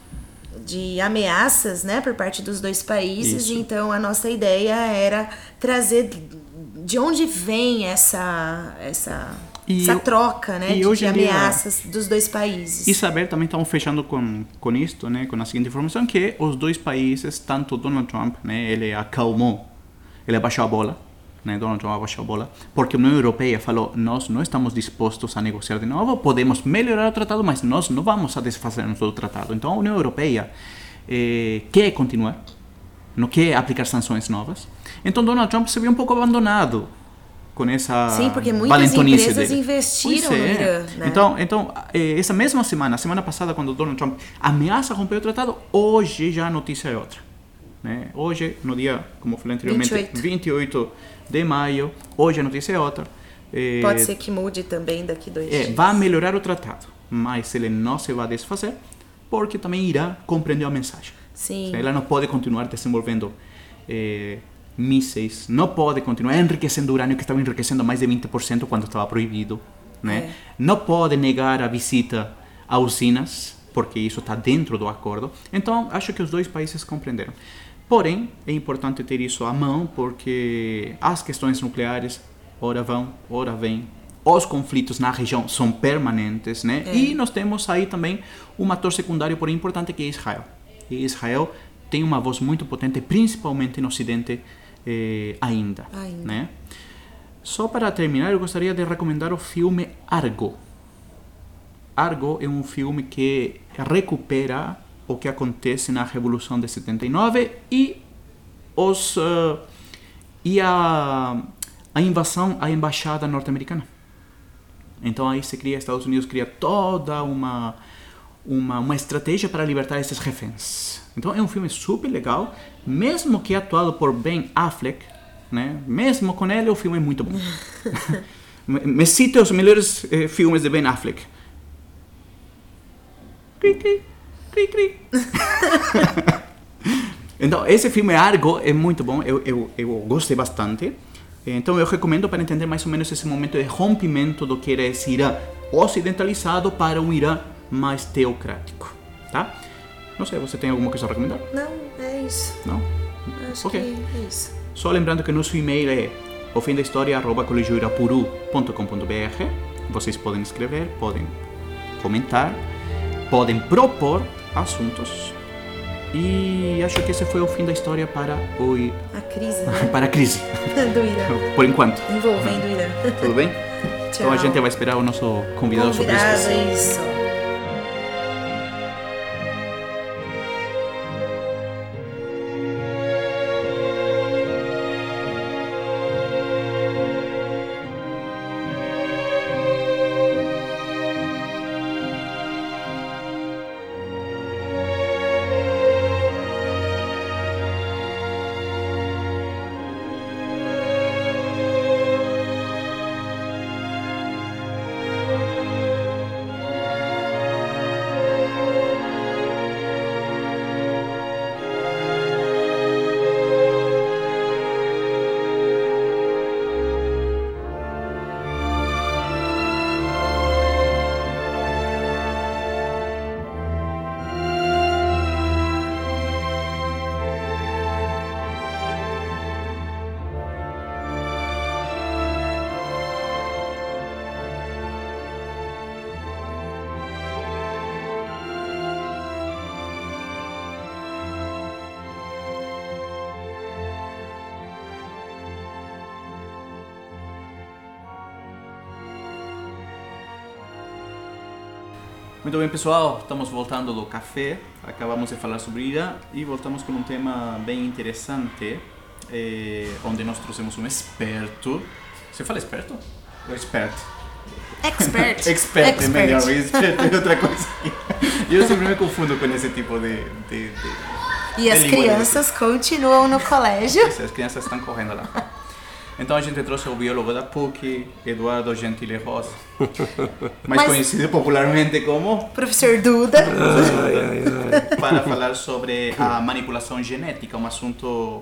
de ameaças, né, por parte dos dois países. Isso. Então a nossa ideia era trazer de onde vem essa, essa, E essa eu- troca, né, e de, hoje de em dia- ameaças dos dois países. E saber, também estamos fechando com, com isto, né, com a seguinte informação, que os dois países, tanto Donald Trump, né, ele acalmou, ele abaixou a bola, né, Donald Trump abaixou a bola, porque a União Europeia falou, nós não estamos dispostos a negociar de novo, podemos melhorar o tratado, mas nós não vamos a desfazer-nos do tratado. Então a União Europeia eh, quer continuar, não quer aplicar sanções novas. Então Donald Trump se viu um pouco abandonado com essa Sim, porque muitas valentonice empresas dele. investiram Pois no é. Irã, né? Então, então eh, essa mesma semana, a semana passada, quando Donald Trump ameaça romper o tratado, hoje já a notícia é outra. Né? Hoje, no dia, como eu falei anteriormente, vinte e oito. vinte e oito de maio, hoje a notícia é outra. Eh, Pode ser que mude também daqui dois é, dias. vai melhorar o tratado, mas ele não se vai desfazer, porque também Irã compreendeu a mensagem. Sim. Ela não pode continuar desenvolvendo eh, mísseis, não pode continuar enriquecendo urânio, que estava enriquecendo mais de vinte por cento quando estava proibido. Né? É. Não pode negar a visita a usinas, porque isso está dentro do acordo. Então, acho que os dois países compreenderam. Porém, é importante ter isso à mão, porque as questões nucleares, ora vão, ora vêm. Os conflitos na região são permanentes, né? É. E nós temos aí também um ator secundário, porém importante, que é Israel. E Israel tem uma voz muito potente, principalmente no Ocidente eh, ainda. Ainda. Né? Só para terminar, eu gostaria de recomendar o filme Argo. Argo é um filme que recupera o que acontece na Revolução de setenta e nove e, os, uh, e a, a invasão à embaixada norte-americana. Então aí se cria, Estados Unidos cria toda uma, uma, uma estratégia para libertar esses reféns. Então é um filme super legal, mesmo que atuado por Ben Affleck, né? Mesmo com ele o filme é muito bom. me, me cite os melhores eh, filmes de Ben Affleck. Cri, cri, cri, cri. Então esse filme Argo é muito bom, eu, eu, eu gostei bastante. Então eu recomendo para entender mais ou menos esse momento de rompimento do que era esse Irã ocidentalizado para um Irã mais teocrático, tá? Não sei, você tem alguma coisa a recomendar? Não, é isso. Não? Acho Ok. que é isso. Só lembrando que nosso e-mail é o fim da história arroba colegio irapuru ponto com ponto b r. Vocês podem escrever, podem comentar, podem propor assuntos. E acho que esse foi o fim da história para o A crise, né? para a crise, do Irã. por enquanto. Envolvendo o Irã. Tudo bem? Tchau. Então a gente vai esperar o nosso convidado super Convidado, especial. isso. Muito bem, pessoal, estamos voltando do café, acabamos de falar sobre Irã e voltamos com um tema bem interessante, eh, onde nós trouxemos um experto. Você fala experto? Ou experto? Expert. Expert, Expert. é melhor, experto é outra coisa. Eu sempre me confundo com esse tipo de... de, de E as de língua crianças continuam no colégio. desse. As crianças estão correndo lá. Então a gente trouxe o biólogo da P U C, Eduardo Gentile Rosa, mais Mas- conhecido popularmente como... Professor Duda. Ai, ai, ai. para falar sobre a manipulação genética, um assunto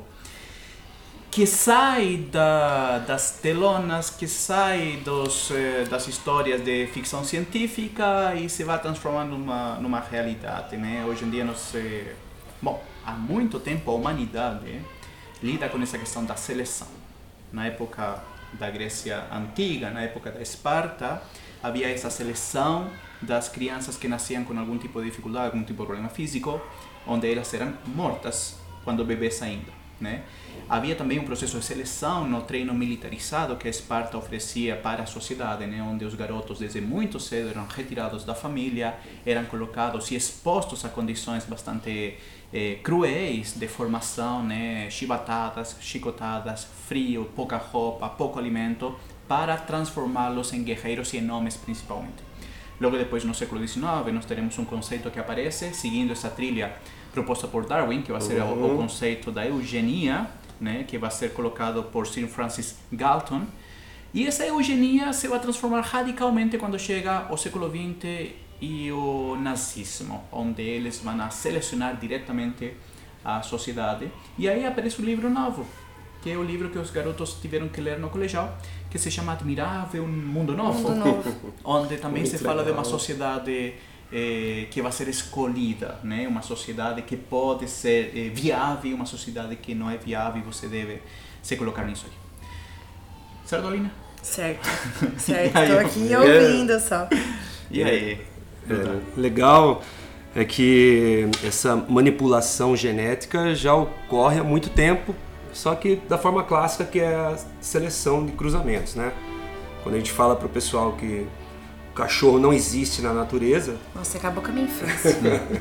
que sai da, das telonas, que sai dos, eh, das histórias de ficção científica e se vai transformando numa, numa realidade, né? Hoje em dia, nós, eh, bom, há muito tempo a humanidade lida com essa questão da seleção. Na época da Grécia Antiga, na época da Esparta, havia essa seleção das crianças que nasciam com algum tipo de dificuldade, algum tipo de problema físico, onde elas eram mortas quando bebês ainda, né? Havia também um processo de seleção no treino militarizado que a Esparta oferecia para a sociedade, né? Onde os garotos desde muito cedo eram retirados da família, eram colocados e expostos a condições bastante eh, cruéis de formação, né? Chibatadas, chicotadas, frio, pouca roupa, pouco alimento, para transformá-los em guerreiros e em homens principalmente. Logo depois, no século dezenove, nós teremos um conceito que aparece, seguindo essa trilha proposta por Darwin, que vai ser o, o conceito da eugenia, né, que vai ser colocado por Sir Francis Galton. E essa eugenia se vai transformar radicalmente quando chega o século vinte e o nazismo, onde eles vão a selecionar diretamente a sociedade. E aí aparece um livro novo, que é o livro que os garotos tiveram que ler no colegial, que se chama Admirável Mundo Novo, Mundo Novo. onde também Muito se fala de uma legal. sociedade eh, que vai ser escolhida, né? Uma sociedade que pode ser eh, viável, uma sociedade que não é viável e você deve se colocar nisso aí. Certo, Aline? Certo, certo. E aí, Tô aqui é. ouvindo só. E aí? É, legal é que essa manipulação genética já ocorre há muito tempo, só que da forma clássica, que é a seleção de cruzamentos, né? Quando a gente fala para o pessoal que o cachorro não existe na natureza, Nossa, acabou com a minha infância.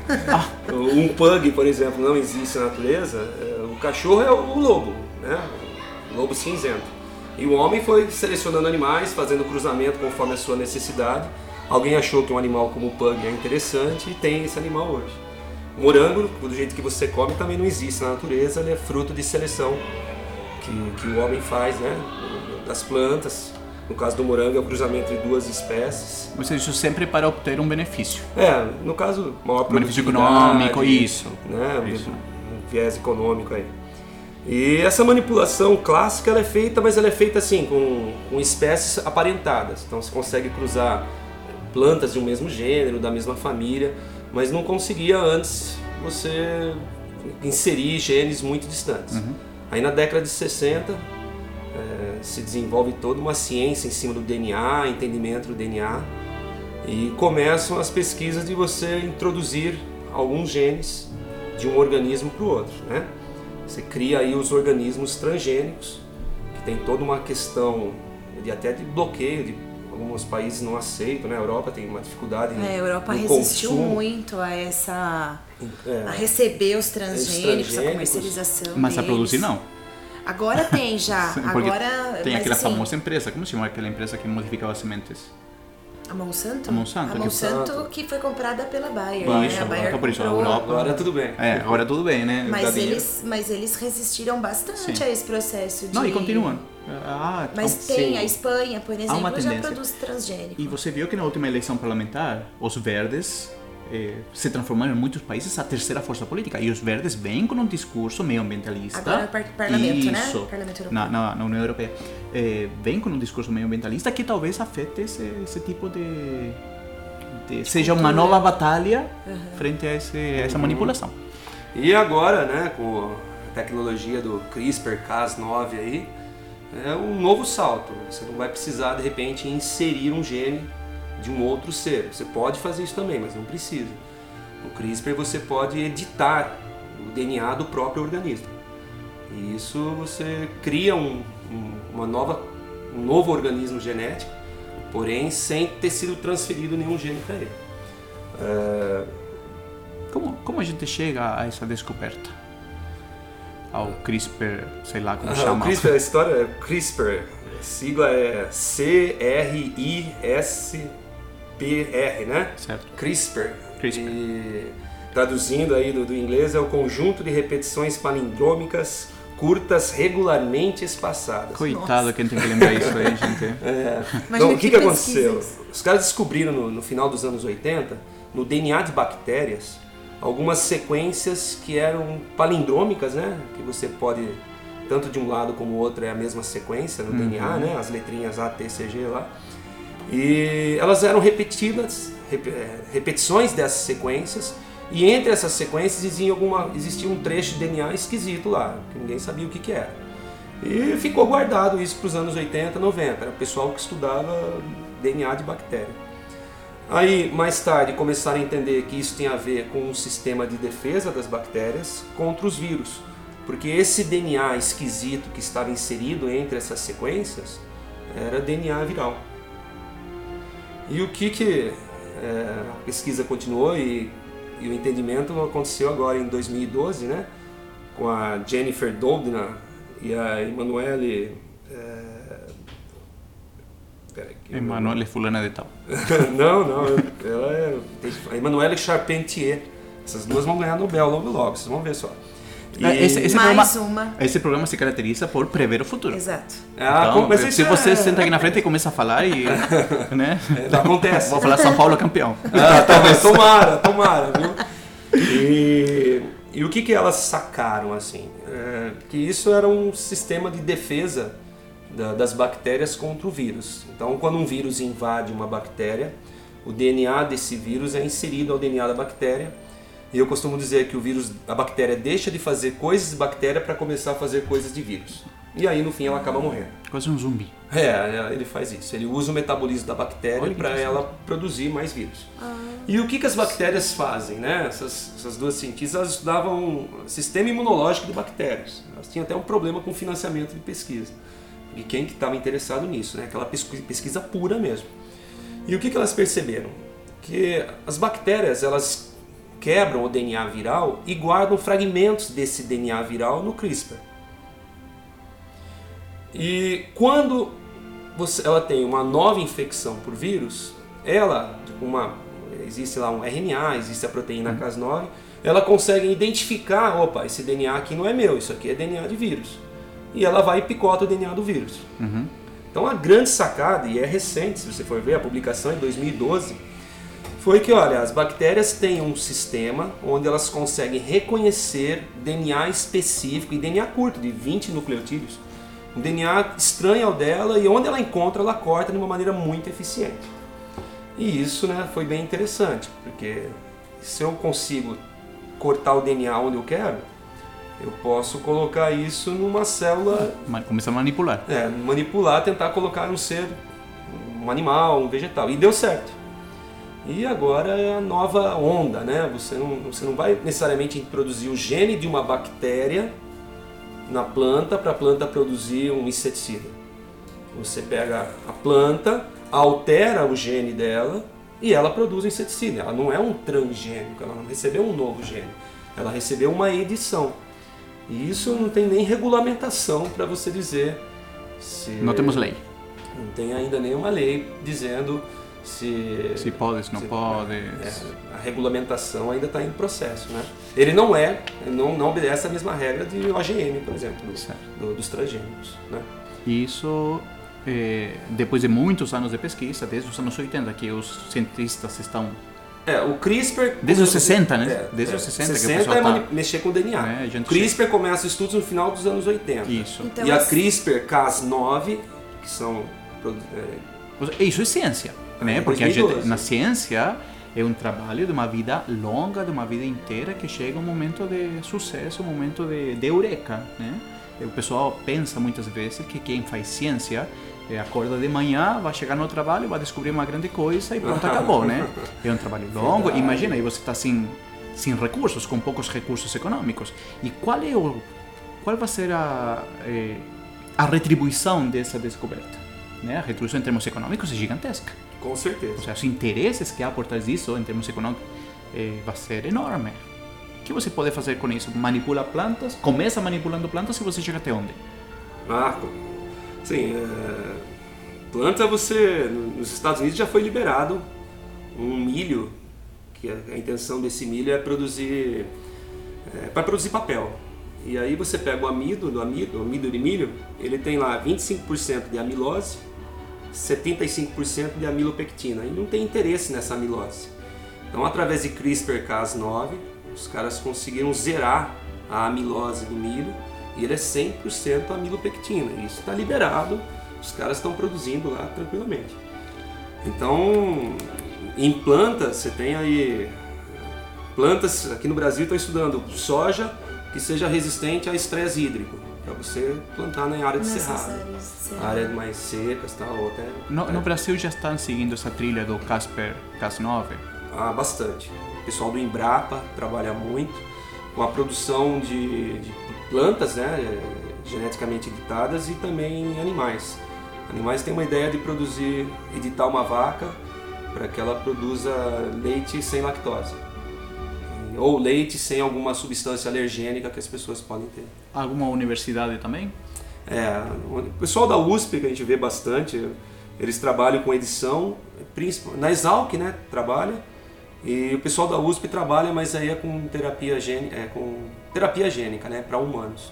um pug, por exemplo, não existe na natureza, é, o cachorro é o lobo, né? O lobo cinzento. E o homem foi selecionando animais, fazendo cruzamento conforme a sua necessidade. Alguém achou que um animal como o pug é interessante e tem esse animal hoje. O morango, do jeito que você come, também não existe na natureza, ele é fruto de seleção que, que o homem faz, né? Das plantas. No caso do morango é o cruzamento de duas espécies. Ou seja, isso sempre para obter um benefício. É, no caso, maior Benefício produtividade, econômico, isso. Né? Isso. Um viés econômico aí. E essa manipulação clássica ela é feita, mas ela é feita assim, com, com espécies aparentadas. Então você consegue cruzar plantas de um mesmo gênero, da mesma família, mas não conseguia antes você inserir genes muito distantes. Uhum. Aí na década de sessenta é, se desenvolve toda uma ciência em cima do D N A, entendimento do D N A, e começam as pesquisas de você introduzir alguns genes de um organismo para o outro, né? Você cria aí os organismos transgênicos, que tem toda uma questão de até de bloqueio, de alguns países não aceitam, né? A Europa tem uma dificuldade É, a Europa no resistiu consumo. muito a essa... É, a receber os transgênicos, a transgênicos. comercialização Mas a deles. produzir não. Agora tem já. Porque Agora, tem mas aquela assim, famosa empresa, como se chama aquela empresa que modificava as sementes? A Monsanto? A Monsanto, A que- Monsanto que foi comprada pela Bayer. Isso, né? A Bayer então por isso, a comprou. Europa- agora tudo bem. É, agora tudo bem, né? Dá Mas dinheiro. eles, mas eles resistiram bastante Sim. a esse processo de... Não, e continuam. Ah, Mas então- tem, sim. a Espanha, por exemplo, já tendência. produz transgênico. E você viu que na última eleição parlamentar, os verdes eh, se transformaram em muitos países a terceira força política. E os verdes vêm com um discurso meio ambientalista. Agora é par- parlamento, né? Isso, Parlamento europeu. na, na, na União Europeia. Eh, vem com um discurso meio ambientalista que talvez afete esse, esse tipo de... de seja uma nova batalha frente a, esse, a essa manipulação. E agora, né, com a tecnologia do CRISPR Cas nove aí, é um novo salto. Você não vai precisar, de repente, inserir um gene de um outro ser. Você pode fazer isso também, mas não precisa. No CRISPR você pode editar o D N A do próprio organismo. E isso você cria um, um, uma nova, um novo organismo genético, porém sem ter sido transferido nenhum gene para ele. É... Como, como a gente chega a essa descoberta? Ao CRISPR, sei lá como ah, chama. O CRISPR, a história é CRISPR, a sigla é C R I S P R, né? Certo. CRISPR. CRISPR. E, traduzindo aí do, do inglês, é o conjunto de repetições palindrômicas curtas regularmente espaçadas. Coitado, quem tem que lembrar isso aí, gente. É. Imagina Então, o que, que que aconteceu? pesquisa Os caras descobriram no, no final dos anos oitenta, no D N A de bactérias, algumas sequências que eram palindrômicas, né? Que você pode, tanto de um lado como o outro, é a mesma sequência no uhum. D N A, né? As letrinhas A, T, C, G lá. E elas eram repetidas, rep, repetições dessas sequências, e entre essas sequências existia, alguma, existia um trecho de D N A esquisito lá, que ninguém sabia o que, que era. E ficou guardado isso para os anos oitenta, noventa, era o pessoal que estudava D N A de bactéria. Aí, mais tarde, começaram a entender que isso tem a ver com um sistema de defesa das bactérias contra os vírus, porque esse D N A esquisito que estava inserido entre essas sequências era D N A viral. E o que que é, a pesquisa continuou e, e o entendimento aconteceu agora em dois mil e doze, né, com a Jennifer Doudna e a Emanuele... É, Emanuele fulana de tal. não, não, ela é a Emanuele Charpentier. Essas duas vão ganhar Nobel logo logo, vocês vão ver só. E esse, esse mais programa, uma. Esse programa se caracteriza por prever o futuro. Exato. Ah, então, mas se isso você é... senta aqui na frente e começa a falar e... né? É, acontece. Vou falar São Paulo campeão. Ah, talvez, tomara, tomara, viu? E, e o que que elas sacaram, assim? É, que isso era um sistema de defesa da, das bactérias contra o vírus. Então, quando um vírus invade uma bactéria, o D N A desse vírus é inserido ao D N A da bactéria. E eu costumo dizer que o vírus, a bactéria deixa de fazer coisas de bactéria para começar a fazer coisas de vírus. E aí, no fim, ela acaba morrendo. Quase um zumbi. É, ele faz isso. Ele usa o metabolismo da bactéria para ela produzir mais vírus. Ah. E o que, que as bactérias fazem, né? Essas, essas duas cientistas, elas estudavam o sistema imunológico de bactérias. Elas tinham até um problema com financiamento de pesquisa. E quem que estava interessado nisso, né? Aquela pesquisa pura mesmo. E o que, que elas perceberam? Que as bactérias, elas quebram o D N A viral e guardam fragmentos desse D N A viral no CRISPR. E quando você, ela tem uma nova infecção por vírus, ela, uma, existe lá um R N A, existe a proteína uhum. Cas nove, ela consegue identificar, opa, esse D N A aqui não é meu, isso aqui é D N A de vírus. E ela vai e picota o D N A do vírus. Uhum. Então a grande sacada, e é recente, se você for ver, a publicação é em dois mil e doze, foi que, olha, as bactérias têm um sistema onde elas conseguem reconhecer D N A específico, e D N A curto, de vinte nucleotídeos, um D N A estranho ao dela, e onde ela encontra, ela corta de uma maneira muito eficiente. E isso, né, foi bem interessante, porque se eu consigo cortar o D N A onde eu quero, eu posso colocar isso numa célula... Começar a manipular. É, manipular, tentar colocar um ser, um animal, um vegetal. E deu certo. E agora é a nova onda, né? Você não, você não vai necessariamente introduzir o gene de uma bactéria na planta para a planta produzir um inseticida. Você pega a planta, altera o gene dela e ela produz um inseticida. Ela não é um transgênico, ela não recebeu um novo gene. Ela recebeu uma edição. E isso não tem nem regulamentação para você dizer se... Não temos lei. Não tem ainda nenhuma lei dizendo se... Se pode, se não se, pode. É, a regulamentação ainda está em processo, né? Ele não é, não, não obedece a mesma regra de O G M, por exemplo, do, do, dos transgênicos, né? E isso, é, depois de muitos anos de pesquisa, desde os anos oitenta, que os cientistas estão... É, o CRISPR... Desde os sessenta, né? É, Desde é, os sessenta, sessenta que o pessoal é tá... mexer com o D N A. É, o CRISPR começa estudos no final dos anos oitenta. Isso. Então, e a as... CRISPR Cas nove, que são... É... Isso é ciência, né? Porque a gente, na ciência é um trabalho de uma vida longa, de uma vida inteira, que chega um momento de sucesso, um momento de, de eureka, né? O pessoal pensa muitas vezes que quem faz ciência acorda de manhã, vai chegar no trabalho, vai descobrir uma grande coisa e pronto, acabou, né? É um trabalho longo. Verdade. Imagina, aí você está sem, sem recursos, com poucos recursos econômicos. E qual é o, qual vai ser a, a retribuição dessa descoberta? né, a retribuição em termos econômicos é gigantesca. Com certeza. Ou seja, os interesses que há por trás disso, em termos econômicos, é, vai ser enorme. O que você pode fazer com isso? Manipula plantas, começa manipulando plantas e você chega até onde? Ah, sim. É... Planta, você... Nos Estados Unidos já foi liberado um milho, que a, a intenção desse milho é produzir... É, para produzir papel. E aí você pega o amido, do amido, o amido de milho, ele tem lá vinte e cinco por cento de amilose, setenta e cinco por cento de amilopectina, e não tem interesse nessa amilose. Então, através de CRISPR Cas nove, os caras conseguiram zerar a amilose do milho, e ele é cem por cento amilopectina, e isso está liberado, os caras estão produzindo lá tranquilamente. Então, em plantas, você tem aí... Plantas, aqui no Brasil estão estudando soja que seja resistente a estresse hídrico, para você plantar na área de cerrado, áreas mais secas, tal, ou até... No, é. no Brasil já estão seguindo essa trilha do CRISPR Cas nove? Ah, bastante. O pessoal do Embrapa trabalha muito com a produção de, de plantas, né, geneticamente editadas, e também animais. Animais têm uma ideia de produzir, editar uma vaca para que ela produza leite sem lactose. Ou leite sem alguma substância alergênica que as pessoas podem ter. Alguma universidade também? É, o pessoal da U S P, que a gente vê bastante, eles trabalham com edição, na Exalc, né, trabalha, e o pessoal da U S P trabalha, mas aí é com terapia gênica, é com terapia gênica, né, para humanos.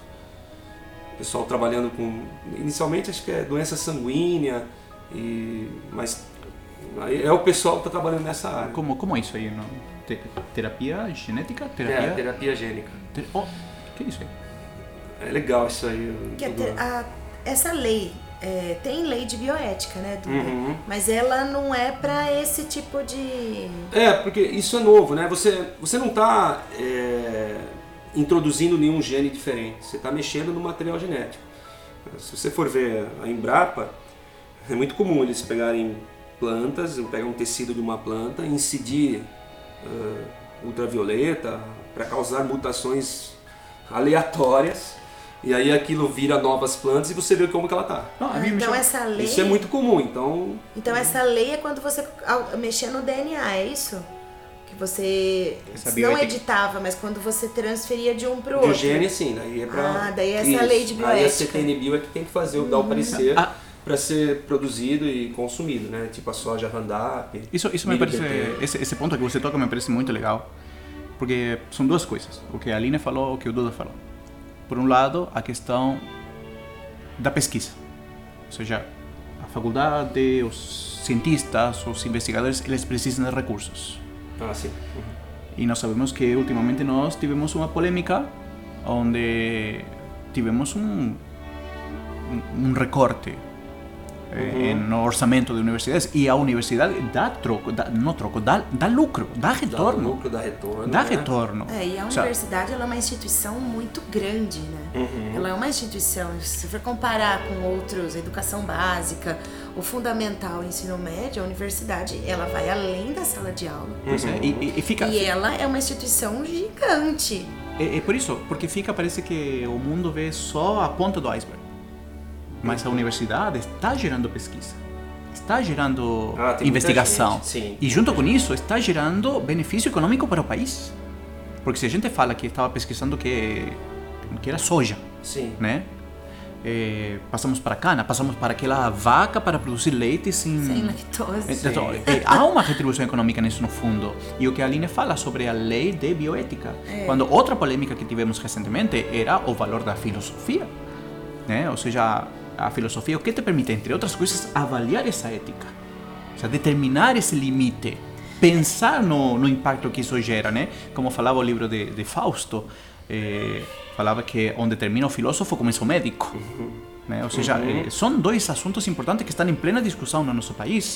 O pessoal trabalhando com, inicialmente acho que é doença sanguínea, e, mas é o pessoal que está trabalhando nessa área. Como, como é isso aí? Não? Te, terapia genética? Terapia... É, terapia gênica. Ter... Oh, que é isso aí? É legal isso aí. Que ter, a, essa lei, é, tem lei de bioética, né, Duda? Uhum. Mas ela não é para esse tipo de... É, porque isso é novo, né? Você, você não está é, introduzindo nenhum gene diferente, você está mexendo no material genético. Se você for ver a Embrapa, é muito comum eles pegarem plantas, pegam um tecido de uma planta, incidir uh, ultravioleta para causar mutações aleatórias, e aí aquilo vira novas plantas e você vê como que ela tá. Ah, então essa lei... Isso é muito comum, então... Então essa lei é quando você mexer no D N A, é isso? Que você não editava, mas quando você transferia de um para o outro. De gene, sim, daí é pra... Ah, daí essa isso. lei de bioética. Aí a C T N Bio é que tem que fazer, uhum. dar o parecer Ah. para ser produzido e consumido, né? Tipo a soja Roundup. Isso, isso me parece, esse, esse ponto que você toca me parece muito legal, porque são duas coisas, o que a Aline falou, o que o Duda falou. Por um lado, a questão da pesquisa, ou seja, a faculdade, os cientistas, os investigadores, eles precisam de recursos. Ah, sim. Uhum. E nós sabemos que ultimamente nós tivemos uma polêmica onde tivemos um, um, um recorte uhum. no orçamento de universidades, e a universidade dá troco, dá, não troco, dá, dá lucro, dá retorno. Dá lucro, dá retorno. Dá né? retorno. É, e a universidade ela é uma instituição muito grande, né? Uhum. Ela é uma instituição, se for comparar com outros, educação básica, o fundamental, o ensino médio, a universidade, ela vai além da sala de aula. Uhum. E, e, e, fica, e ela é uma instituição gigante. É, é por isso, porque fica, parece que o mundo vê só a ponta do iceberg. Mas a universidade está gerando pesquisa, está gerando ah, investigação. Sim, e junto com isso está gerando benefício econômico para o país. Porque se a gente fala que estava pesquisando que, que era soja, sim. né? É, passamos para a cana, passamos para aquela vaca para produzir leite sem, sem lactose. Então, é, há uma retribuição econômica nisso no fundo. E o que a Aline fala sobre a lei de bioética. É. Quando outra polêmica que tivemos recentemente era o valor da filosofia, né? Ou seja, a filosofia, o que te permite, entre outras coisas, avaliar essa ética, ou seja, determinar esse limite, pensar no, no impacto que isso gera, né? Como falava o livro de, de Fausto, eh, falava que onde termina o filósofo começa o médico, uhum. né? Ou seja, uhum. eh, são dois assuntos importantes que estão em plena discussão no nosso país,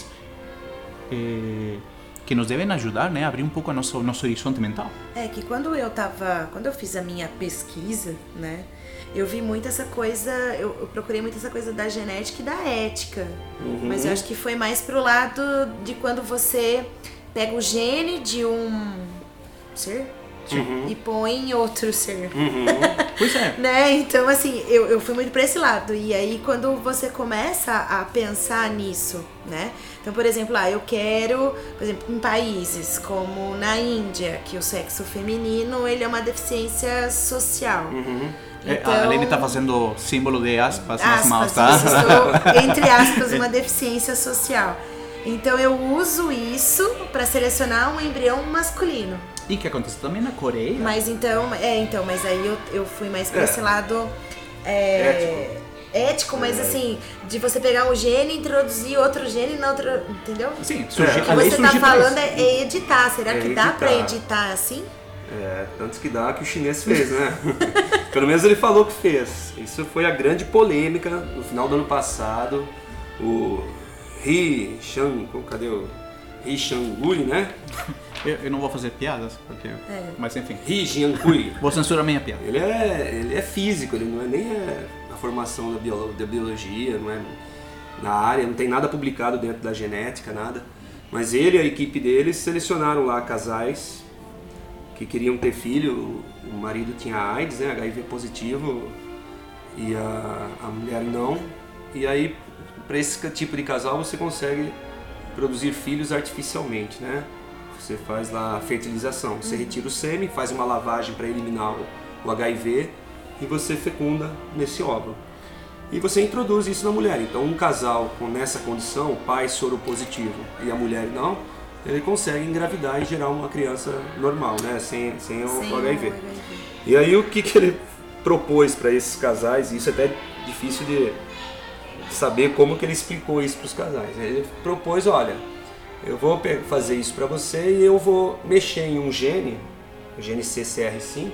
eh, que nos devem ajudar, né, a abrir um pouco o nosso, nosso horizonte mental. É que quando eu tava, quando eu fiz a minha pesquisa, né, eu vi muito essa coisa, eu, eu procurei muito essa coisa da genética e da ética, uhum. mas eu acho que foi mais pro lado de quando você pega o gene de um ser uhum. e põe em outro ser. Uhum. Pois é. Né? Então, assim, eu, eu fui muito pra esse lado. E aí, quando você começa a pensar nisso, né? Então, por exemplo, ah, eu quero, por exemplo, em países como na Índia, que o sexo feminino, ele é uma deficiência social. Uhum. Então, a Aline tá fazendo símbolo de aspas, nas aspas, mãos, tá? estou, entre aspas, uma deficiência social. Então, eu uso isso para selecionar um embrião masculino. E que acontece também na Coreia. Mas então, é, então, mas aí eu, eu fui mais pra É. esse lado é, Ético. ético, mas É. assim, de você pegar um gene e introduzir outro gene na outra, entendeu? Sim, O surgi, que a lei você tá surgiu pra falando isso. é, é editar. Será É que dá pra editar. editar assim? É, tanto que dá que o chinês fez, né? Pelo menos ele falou que fez. Isso foi a grande polêmica no final do ano passado. O Ri Shang, cadê o Ri Shang-hui, né? Eu, eu não vou fazer piadas, porque... É. Mas enfim, Ri Jiankui. vou censurar minha piada. Ele é, ele é físico, ele não é nem é a formação da, biolo, da biologia, não é na área, não tem nada publicado dentro da genética, nada. Mas ele e a equipe dele selecionaram lá casais que queriam ter filho, o marido tinha AIDS, né, H I V positivo, e a, a mulher não. E aí, para esse tipo de casal, você consegue produzir filhos artificialmente, né? Você faz lá a fertilização, você retira o sêmen, faz uma lavagem para eliminar o, o H I V e você fecunda nesse óvulo. E você introduz isso na mulher. Então, um casal com nessa condição, o pai soropositivo e a mulher não, ele consegue engravidar e gerar uma criança normal, né? Sem, sem o Sem H I V. o H I V. E aí, o que, que ele propôs para esses casais, e isso é até difícil de saber como que ele explicou isso para os casais. Ele propôs, olha, eu vou pe- fazer isso para você e eu vou mexer em um gene, o gene C C R cinco,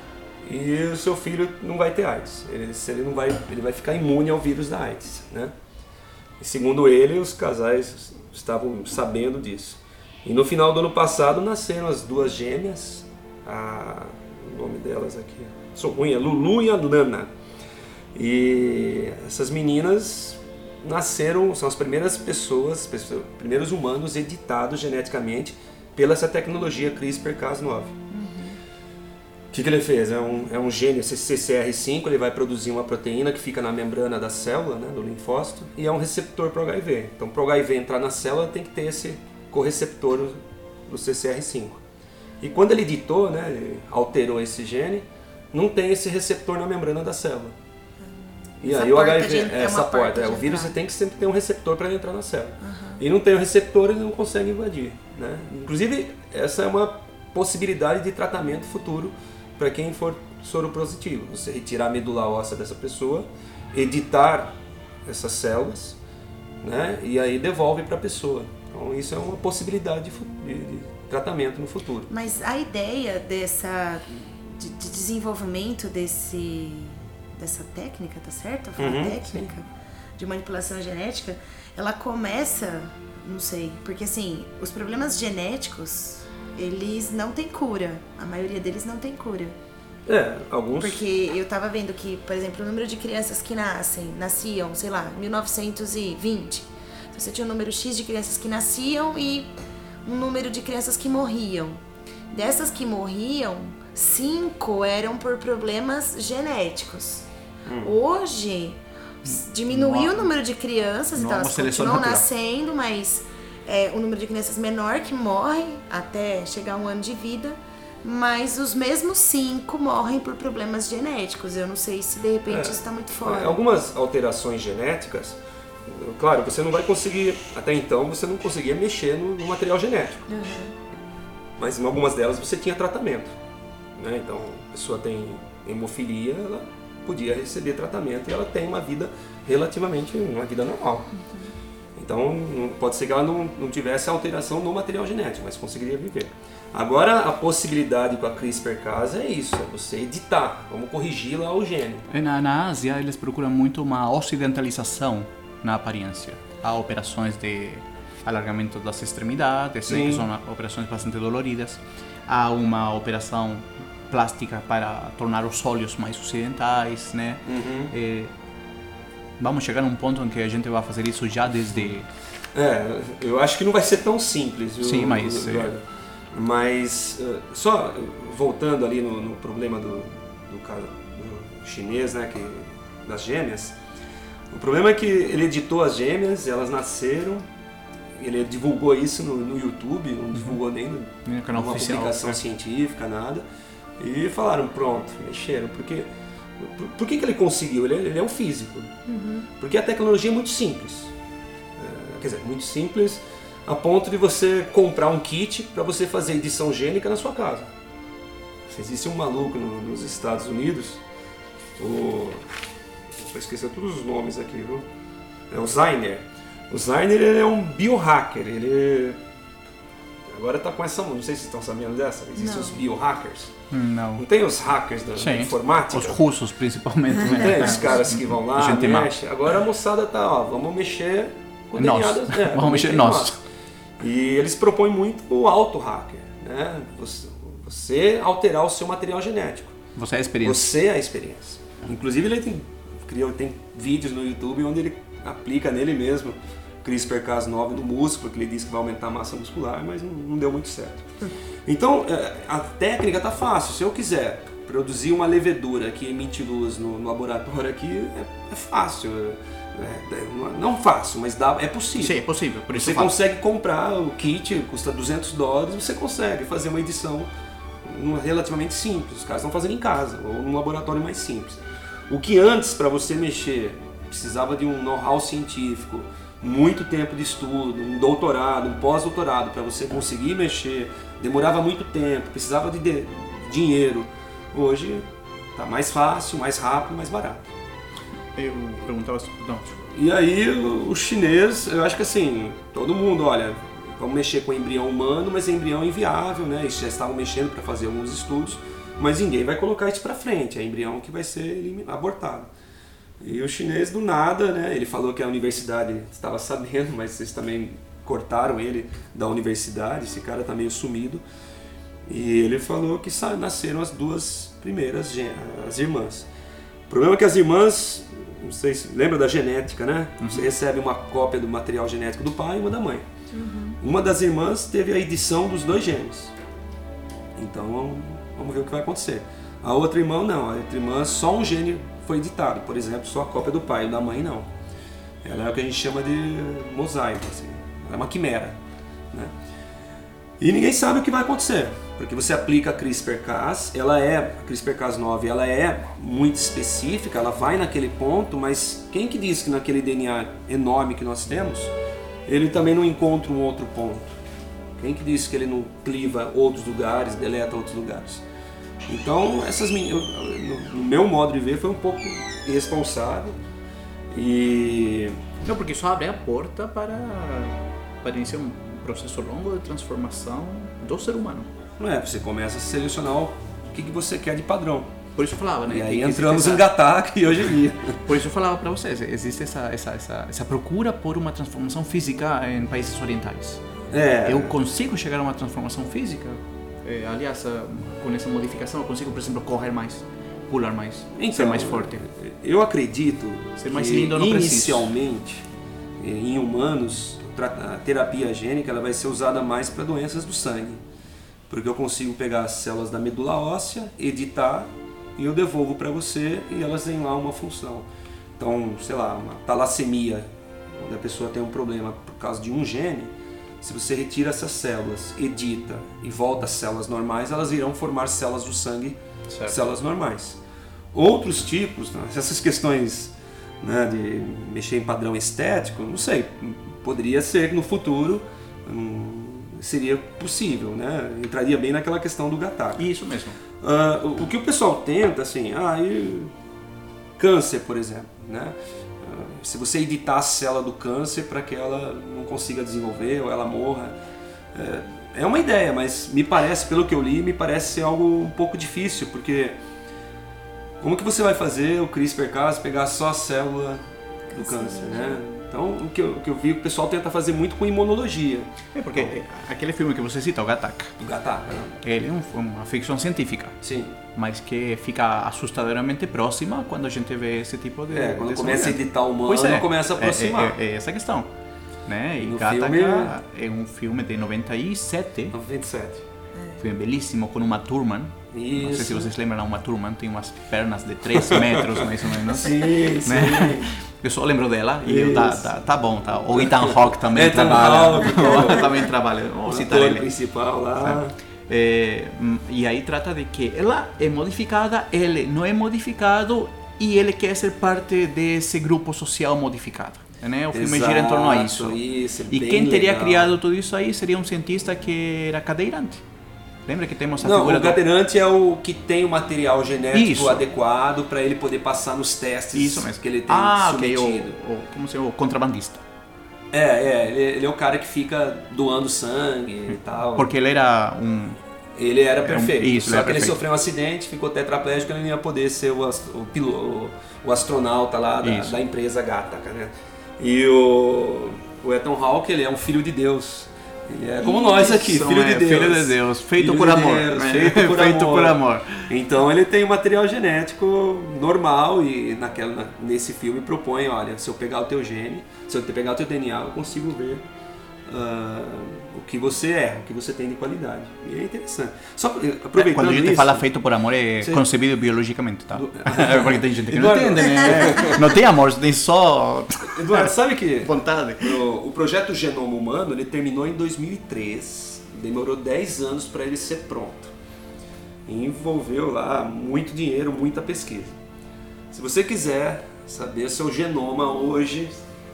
e o seu filho não vai ter AIDS. Ele, se ele, não vai, ele vai ficar imune ao vírus da AIDS, né? E segundo ele, os casais estavam sabendo disso. E no final do ano passado nasceram as duas gêmeas, a, o nome delas aqui, sou ruim, é Lulu e a Lana. E essas meninas nasceram, são as primeiras pessoas, pessoas primeiros humanos editados geneticamente pela essa tecnologia CRISPR Cas nove. O que, que ele fez? É um, é um gene, esse C C R cinco, ele vai produzir uma proteína que fica na membrana da célula, né, do linfócito, e é um receptor para o H I V. Então, para o H I V entrar na célula, tem que ter esse correceptor do C C R cinco. E quando ele editou, né, ele alterou esse gene, não tem esse receptor na membrana da célula. E Essa aí o porta H I V, de- é, é uma essa porta porta, é, de o vírus entrada. você tem que sempre ter um receptor para entrar na célula. E não tem o receptor, ele não consegue invadir, né? Inclusive, essa é uma possibilidade de tratamento futuro para quem for soropositivo. Você retirar a medula óssea dessa pessoa, editar essas células, né? E aí devolve para a pessoa. Então isso é uma possibilidade de, fu- de- de tratamento no futuro. Mas a ideia dessa de, de desenvolvimento desse dessa técnica, tá certo? Fala Uhum, técnica de manipulação genética, ela começa, não sei, porque assim, os problemas genéticos, eles não têm cura. A maioria deles não tem cura. É, alguns... Porque eu tava vendo que, por exemplo, o número de crianças que nascem, nasciam, sei lá, mil novecentos e vinte. Então, você tinha um número X de crianças que nasciam e um número de crianças que morriam. Dessas que morriam, cinco eram por problemas genéticos. Hoje, diminuiu o número de crianças, Não, então uma elas seleção continuam natural. nascendo, mas é, o número de crianças menor que morrem até chegar a um ano de vida. Mas os mesmos cinco morrem por problemas genéticos. Eu não sei se de repente É. isso está muito fora. Algumas alterações genéticas, claro, você não vai conseguir, até então você não conseguia mexer no, no material genético. Uhum. Mas em algumas delas você tinha tratamento, né? Então, a pessoa tem hemofilia, ela podia receber tratamento e ela tem uma vida relativamente, uma vida normal. Então, não- pode ser que ela não, não tivesse alteração no material genético, mas conseguiria viver. Agora, a possibilidade com a CRISPR-Cas é isso, é você editar, vamos corrigir lá o gene. E Na, na Ásia, eles procuram muito uma ocidentalização na aparência. Há operações de alargamento das extremidades, né, Sim. que são operações bastante doloridas. Há uma operação plástica para tornar os olhos mais ocidentais, né? Eh, vamos chegar num ponto em que a gente vai fazer isso já desde... É, eu acho que não vai ser tão simples, viu, Sim, mas, Eduardo? Mas, uh, só voltando ali no, no problema do, do, ca- do chinês, né, que, das gêmeas. O problema é que ele editou as gêmeas, elas nasceram, ele divulgou isso no, no YouTube, não divulgou nem no, no canal numa oficial, publicação é. científica, nada. E falaram, pronto, mexeram, porque... Por, por que, que ele conseguiu? Ele, ele é um físico. Uhum. Porque a tecnologia é muito simples. É, quer dizer, muito simples a ponto de você comprar um kit para você fazer edição gênica na sua casa. Existe um maluco no, nos Estados Unidos, o... Vou esquecer todos os nomes aqui, viu? É o Zainer. O Zainer ele é um biohacker, ele... Agora tá com essa, não sei se vocês estão sabendo dessa, existem Não. os biohackers. Não. Não tem os hackers da, da informática? Os russos, principalmente. Não né? tem os caras que vão lá, Gente mexe. Agora a moçada tá, ó, vamos mexer com o D N A Nós. das... É, Vamos mexer nós. E eles propõem muito o auto-hacker, né? Você, você alterar o seu material genético. Você é a experiência. Você é a experiência. Inclusive ele tem, criou, tem vídeos no YouTube onde ele aplica nele mesmo CRISPR Cas nove no músculo, que ele diz que vai aumentar a massa muscular, mas não, não deu muito certo. Então, a técnica tá fácil. Se eu quiser produzir uma levedura que emite luz no, no laboratório aqui, é, é fácil. É, é, não fácil, mas dá, é possível. Sim, é possível. Por isso você eu falo. consegue comprar o kit, custa duzentos dólares, você consegue fazer uma edição relativamente simples. Os caras estão fazendo em casa, ou num laboratório mais simples. O que antes, para você mexer, precisava de um know-how científico, muito tempo de estudo, um doutorado, um pós-doutorado para você conseguir mexer, demorava muito tempo, precisava de, de dinheiro. Hoje está mais fácil, mais rápido, mais barato. Eu perguntava... Não, e aí o, o chinês, eu acho que assim, todo mundo, olha, vamos mexer com embrião humano, mas embrião inviável, né? Eles já estavam mexendo para fazer alguns estudos, mas ninguém vai colocar isso para frente, é embrião que vai ser eliminado, abortado. E o chinês do nada, né? Ele falou que a universidade estava sabendo, mas vocês também cortaram ele da universidade, esse cara tá meio sumido. E ele falou que nasceram as duas primeiras, as irmãs. O problema é que as irmãs, não sei se lembra da genética, né? Uhum. Você recebe uma cópia do material genético do pai e uma da mãe. Uhum. Uma das irmãs teve a edição dos dois genes. Então vamos ver o que vai acontecer. A outra irmã não, a outra irmã só um gene foi editado, por exemplo, só a cópia do pai, da mãe não. Ela é o que a gente chama de mosaico, assim. Ela é uma quimera, né? E ninguém sabe o que vai acontecer, porque você aplica a CRISPR-Cas, ela é, a CRISPR-Cas nove, ela é muito específica, ela vai naquele ponto, mas quem que diz que naquele D N A enorme que nós temos, ele também não encontra um outro ponto? Quem que diz que ele não cliva outros lugares, deleta outros lugares? Então, essas meninas, no meu modo de ver, foi um pouco irresponsável e... Não, porque isso abre a porta para, para iniciar um processo longo de transformação do ser humano. Não é, você começa a selecionar o que, que você quer de padrão. Por isso eu falava, né? E aí que entramos essa... em Gataca e hoje em dia. Por isso eu falava para vocês, existe essa, essa, essa, essa procura por uma transformação física em países orientais. É. Eu consigo chegar a uma transformação física? É, aliás, com essa modificação eu consigo, por exemplo, correr mais, pular mais, então, ser mais forte. Eu acredito ser mais que lindo, eu não inicialmente, preciso. Em humanos, a terapia gênica ela vai ser usada mais para doenças do sangue. Porque eu consigo pegar as células da medula óssea, editar e eu devolvo para você e elas têm lá uma função. Então, sei lá, uma talassemia, onde a pessoa tem um problema por causa de um gene, se você retira essas células, edita e volta às células normais, elas irão formar células do sangue, certo. Células normais. Outros tipos, né, essas questões, né, de mexer em padrão estético, não sei, poderia ser que no futuro hum, seria possível, né? Entraria bem naquela questão do Gataca. Isso mesmo. Uh, o, o que o pessoal tenta, assim, ah, e câncer, por exemplo, né? Se você editar a célula do câncer para que ela não consiga desenvolver ou ela morra, é uma ideia, mas me parece, pelo que eu li, me parece ser algo um pouco difícil, porque como que você vai fazer o CRISPR-Cas pegar só a célula do câncer, né? Então, o que, eu, o que eu vi, o pessoal tenta fazer muito com imunologia. É, porque então, aquele filme que você cita, o Gataca, o Gataca, né? Ele é um, uma ficção científica. Sim. Mas que fica assustadoramente próxima quando a gente vê esse tipo de... É, quando de começa a editar o humano, pois é, começa a aproximar. É, é, é essa a questão. Né? E no Gataca filme... é um filme de noventa e sete. noventa e sete. Filme belíssimo, com uma Thurman. Isso. Não sei se vocês lembram, uma Thurman tem umas pernas de três metros, mais ou menos. Sim, sim. Né? Eu só lembro dela e eu, tá, tá, tá bom, tá. O Ethan Hawke também Ethan trabalha. Hawke, também trabalha. Vamos O citar ator ele. principal lá. É, e aí trata de que ela é modificada, ele não é modificado e ele quer ser parte desse grupo social modificado. Né? O filme Exato, gira em torno a isso. isso, e bem quem teria legal. criado tudo isso aí seria um cientista que era cadeirante. Lembra que temos a Não, figura o cadeirante é o que tem o material genético Isso. adequado para ele poder passar nos testes Isso mesmo. que ele tem ah, ok, submetido. o, o, como se chama? O contrabandista. É, é ele, ele é o cara que fica doando sangue e tal. Porque ele era um... Ele era um- perfeito, isso, ele só era que ele perfeito. sofreu um acidente, ficou tetraplégico, ele não ia poder ser o, ast- o, pilo- o, o astronauta lá da, Isso. da empresa Gattaca, né? E o, o Ethan Hawke, ele é um filho de Deus. Ele é como nós aqui, Isso, filho é, de Deus. Filho de Deus, feito Filho por de amor. Deus, né? feito por feito amor. por amor. Então ele tem um material genético normal e naquela, na- nesse filme propõe, olha, se eu pegar o teu gene, se eu pegar o teu D N A, eu consigo ver ah, o que você é, o que você tem de qualidade. E é interessante. Só aproveitando Quando a gente isso, fala feito por amor, é Sim. concebido biologicamente, tá? Do- Porque tem gente que não Eduardo. entende, né? Não tem amor, tem só Eduardo, sabe que vontade. o, o projeto Genoma Humano ele terminou em dois mil e três, demorou dez anos para ele ser pronto. E envolveu lá muito dinheiro, muita pesquisa. Se você quiser saber o seu genoma hoje,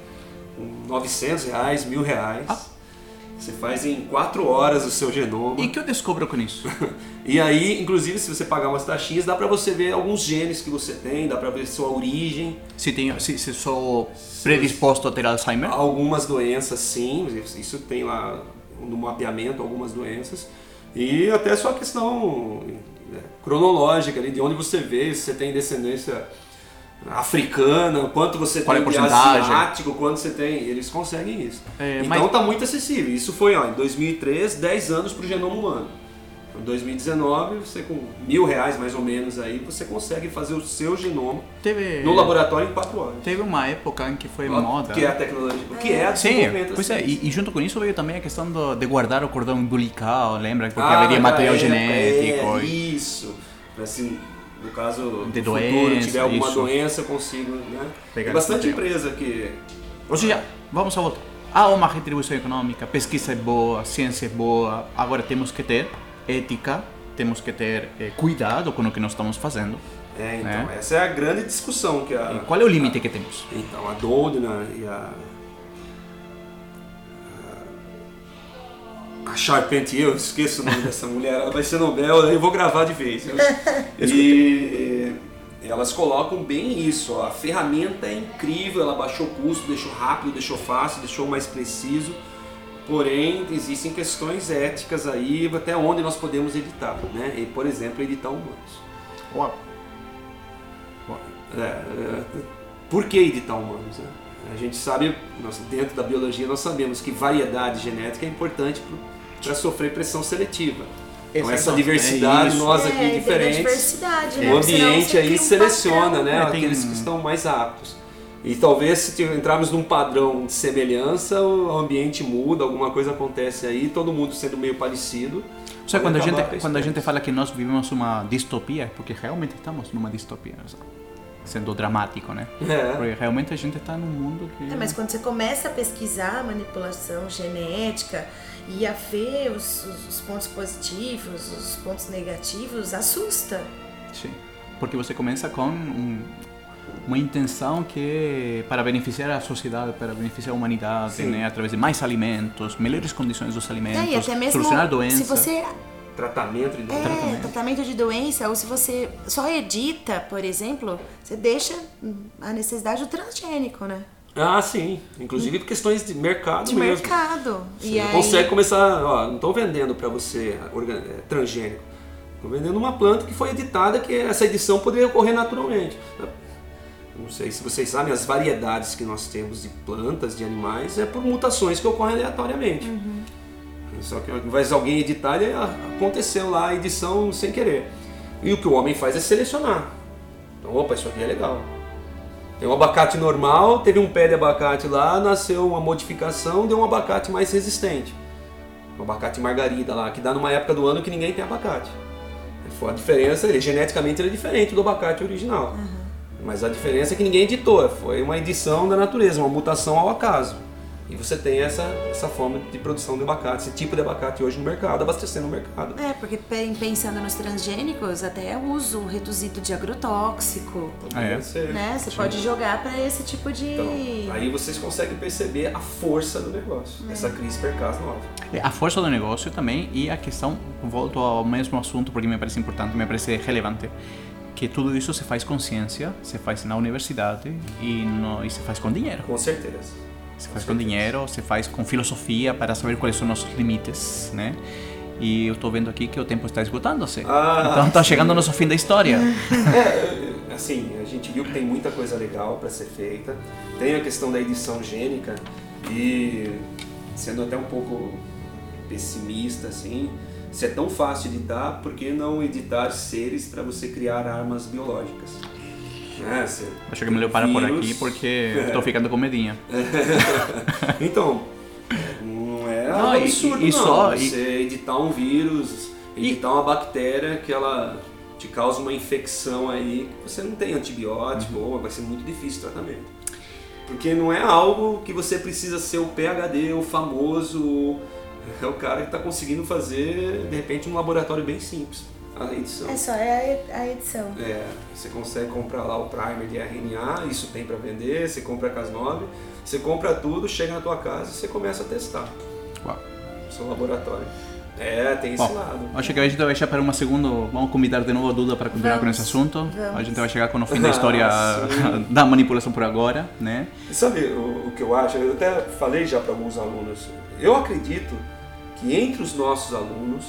com novecentos reais, mil reais, Ah. você faz em quatro horas o seu genoma. E o que eu descubro com isso? E aí, inclusive, se você pagar umas taxinhas, dá pra você ver alguns genes que você tem, dá pra ver sua origem, Se, tenho, se, se sou predisposto a ter Alzheimer? algumas doenças, sim, isso tem lá no mapeamento, algumas doenças, e até só a questão né, cronológica ali, de onde você veio, se você tem descendência africana, quanto você Qual é tem a de porcentagem? asiático, quanto você tem, eles conseguem isso. É, então mas- tá muito acessível, isso foi ó, em dois mil e três, dez anos para o genoma humano. Em dois mil e dezenove, você com mil reais mais ou menos aí, você consegue fazer o seu genoma Teve, no laboratório em quatro horas. teve uma época em que foi O moda. que é a tecnologia, o que é a Sim, desenvolvimento pois da é, ciência. e, e junto com isso veio também a questão do, de guardar o cordão umbilical, lembra? Porque Ah, haveria naquela material época, genético. É, e- isso. Assim, no caso De do futuro, doença, tiver alguma isso. doença, eu consigo, né? Pegar Tem bastante esse material. empresa que... Ou seja, vamos a volta. Há uma retribuição econômica, pesquisa é boa, ciência é boa, agora temos que ter ética, temos que ter eh, cuidado com o que nós estamos fazendo. É, então, né? essa é a grande discussão que a... E qual é o limite que temos? Então, a Doudna e a... A Charpentier, eu esqueço o nome dessa mulher, ela vai ser Nobel, eu vou gravar de vez. E elas colocam bem isso, ó, a ferramenta é incrível, ela baixou o custo, deixou rápido, deixou fácil, deixou mais preciso, porém existem questões éticas aí, até onde nós podemos editar, né? E, por exemplo, editar humanos. Uau. É, é, por que editar humanos? Né? A gente sabe, nós, dentro da biologia, nós sabemos que variedade genética é importante para sofrer pressão seletiva. Então, essa Exato, diversidade, é isso. nós É, aqui tem a diferentes, diversidade, né? o Porque senão ambiente você aí cria um seleciona, padrão. né, É, tem aqueles um- que estão mais aptos. E talvez se entrarmos num padrão de semelhança, o ambiente muda, alguma coisa acontece aí, todo mundo sendo meio parecido. Ou seja, pode quando a, acabar gente, com a quando a gente espécie. fala que nós vivemos uma distopia, é porque realmente estamos numa distopia, sendo dramático, né? É. Porque realmente a gente está num mundo que... É, mas quando você começa a pesquisar manipulação genética e a ver os, os- os pontos positivos, os pontos negativos, assusta. Sim, porque você começa com um, uma intenção que é para beneficiar a sociedade, para beneficiar a humanidade, Sim. né? Através de mais alimentos, melhores condições dos alimentos, É, e até mesmo solucionar doenças. se você Tratamento de é, Tratamento. tratamento de doença, ou se você só edita, por exemplo, você deixa a necessidade do transgênico, né? Ah, sim. Inclusive por questões de mercado De mesmo. mercado. Você E aí, consegue começar, ó, não estou vendendo para você organ... é, transgênico. Estou vendendo uma planta que foi editada, que essa edição poderia ocorrer naturalmente. Não sei se vocês sabem, as variedades que nós temos de plantas, de animais, é por mutações que ocorrem aleatoriamente. Só que ao invés de alguém editar, ele, ah, aconteceu lá a edição sem querer. E o que o homem faz é selecionar. Então, opa, isso aqui é legal. Tem um abacate normal, teve um pé de abacate lá, nasceu uma modificação, deu um abacate mais resistente. um abacate margarida lá, que dá numa época do ano que ninguém tem abacate. A diferença, ele, geneticamente ele é diferente do abacate original. Uhum. Mas a diferença é que ninguém editou, foi uma edição da natureza, uma mutação ao acaso. E você tem essa, essa forma de produção de abacate, esse tipo de abacate hoje no mercado, abastecendo o mercado. É, porque pensando nos transgênicos, até o uso reduzido de agrotóxico. É. Né? Você Sim. pode jogar para esse tipo de... Então, aí vocês conseguem perceber a força do negócio, é. essa CRISPR-Cas nova. A força do negócio também e a questão, volto ao mesmo assunto porque me parece importante, me parece relevante, que tudo isso se faz com ciência, se faz na universidade e, no, e se faz com dinheiro. Com certeza. Se faz com dinheiro, se faz com filosofia para saber quais são nossos limites, né? E eu estou vendo aqui que o tempo está esgotando-se. Ah, então está chegando o nosso fim da história. É, assim, a gente viu que tem muita coisa legal para ser feita. Tem a questão da edição gênica e, sendo até um pouco pessimista, assim, se é tão fácil editar, por que não editar seres para você criar armas biológicas? É, você... Acho que me para por aqui porque estou ficando com medinha. Então, não é não, algo absurdo e, e não. Só, você e... editar um vírus, editar e... uma bactéria que ela te causa uma infecção aí, que você não tem antibiótico, uhum. ou vai ser muito difícil o tratamento. Porque não é algo que você precisa ser o P H D, o famoso, é o cara que está conseguindo fazer, de repente, um laboratório bem simples. A edição. É só é a edição. É, você consegue comprar lá o primer de R N A, isso tem para vender, você compra a Cas nove, você compra tudo, chega na tua casa e você começa a testar. Uau. No seu laboratório. É, tem esse Bom, lado. Acho que a gente vai deixar para uma segunda, vamos convidar de novo a Duda para continuar vamos, com esse assunto. Vamos. A gente vai chegar com o fim da história ah, da manipulação por agora, né? E sabe o, o que eu acho? Eu até falei já para alguns alunos. Eu acredito que entre os nossos alunos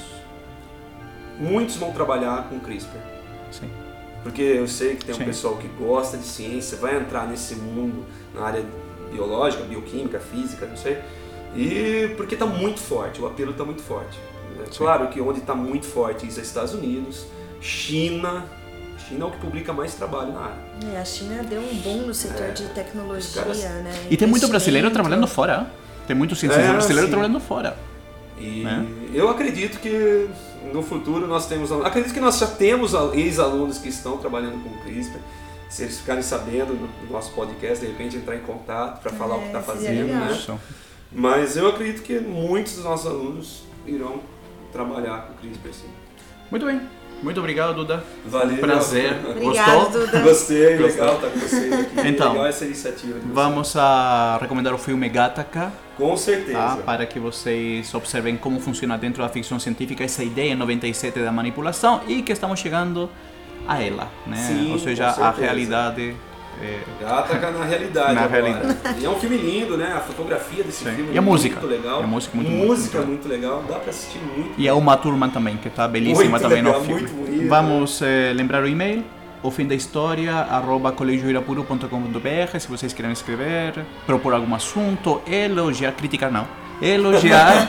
muitos vão trabalhar com CRISPR. Sim. Porque eu sei que tem um Sim. pessoal que gosta de ciência, vai entrar nesse mundo, na área biológica, bioquímica, física, não sei. E porque está muito forte, o apelo está muito forte. É claro que onde está muito forte isso é Estados Unidos, China. China é o que publica mais trabalho na área. É, a China deu um boom no setor é, de tecnologia, caras... né? E tem muito brasileiro trabalhando fora. Tem muito cientista é, brasileiro sim. trabalhando fora. E né? eu acredito que no futuro nós temos... Acredito que nós já temos ex-alunos que estão trabalhando com CRISPR. Se eles ficarem sabendo do nosso podcast, de repente entrar em contato para falar é, o que está fazendo. Né? Mas eu acredito que muitos dos nossos alunos irão trabalhar com CRISPR, sim. Muito bem. Muito obrigado, Duda. Valeu. Prazer. Obrigado, Gostou? Duda. Gostei, legal estar com vocês aqui. Então, legal essa iniciativa. Vamos a recomendar o filme Gattaca. Com certeza. Tá? Para que vocês observem como funciona dentro da ficção científica essa ideia em noventa e sete da manipulação e que estamos chegando a ela, né? Sim, ou seja, a realidade... É... Gattaca na realidade na agora. realidade. E é um filme lindo, né? A fotografia desse Sim. filme e é a música. muito legal. E a música muito, música muito, muito legal, dá pra assistir muito. E a Uma Thurman também, que está belíssima muito também legal, no filme. Muito bonito, Vamos eh, lembrar o e-mail, o fim da história, arroba colégio irapuru ponto com ponto b r, se vocês querem escrever, propor algum assunto, elogiar, criticar não, elogiar.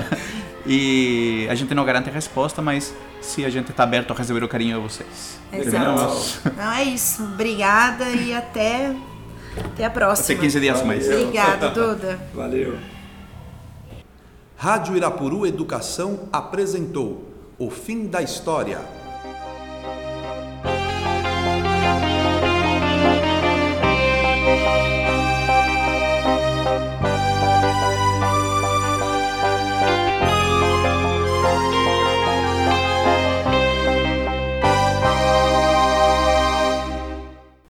E a gente não garante a resposta, mas se a gente está aberto a receber o carinho de vocês. Exato. Não, é isso. Obrigada e até, até a próxima. Até quinze dias Valeu. mais. Obrigada, Duda. Valeu. Rádio Irapuru Educação apresentou O Fim da História.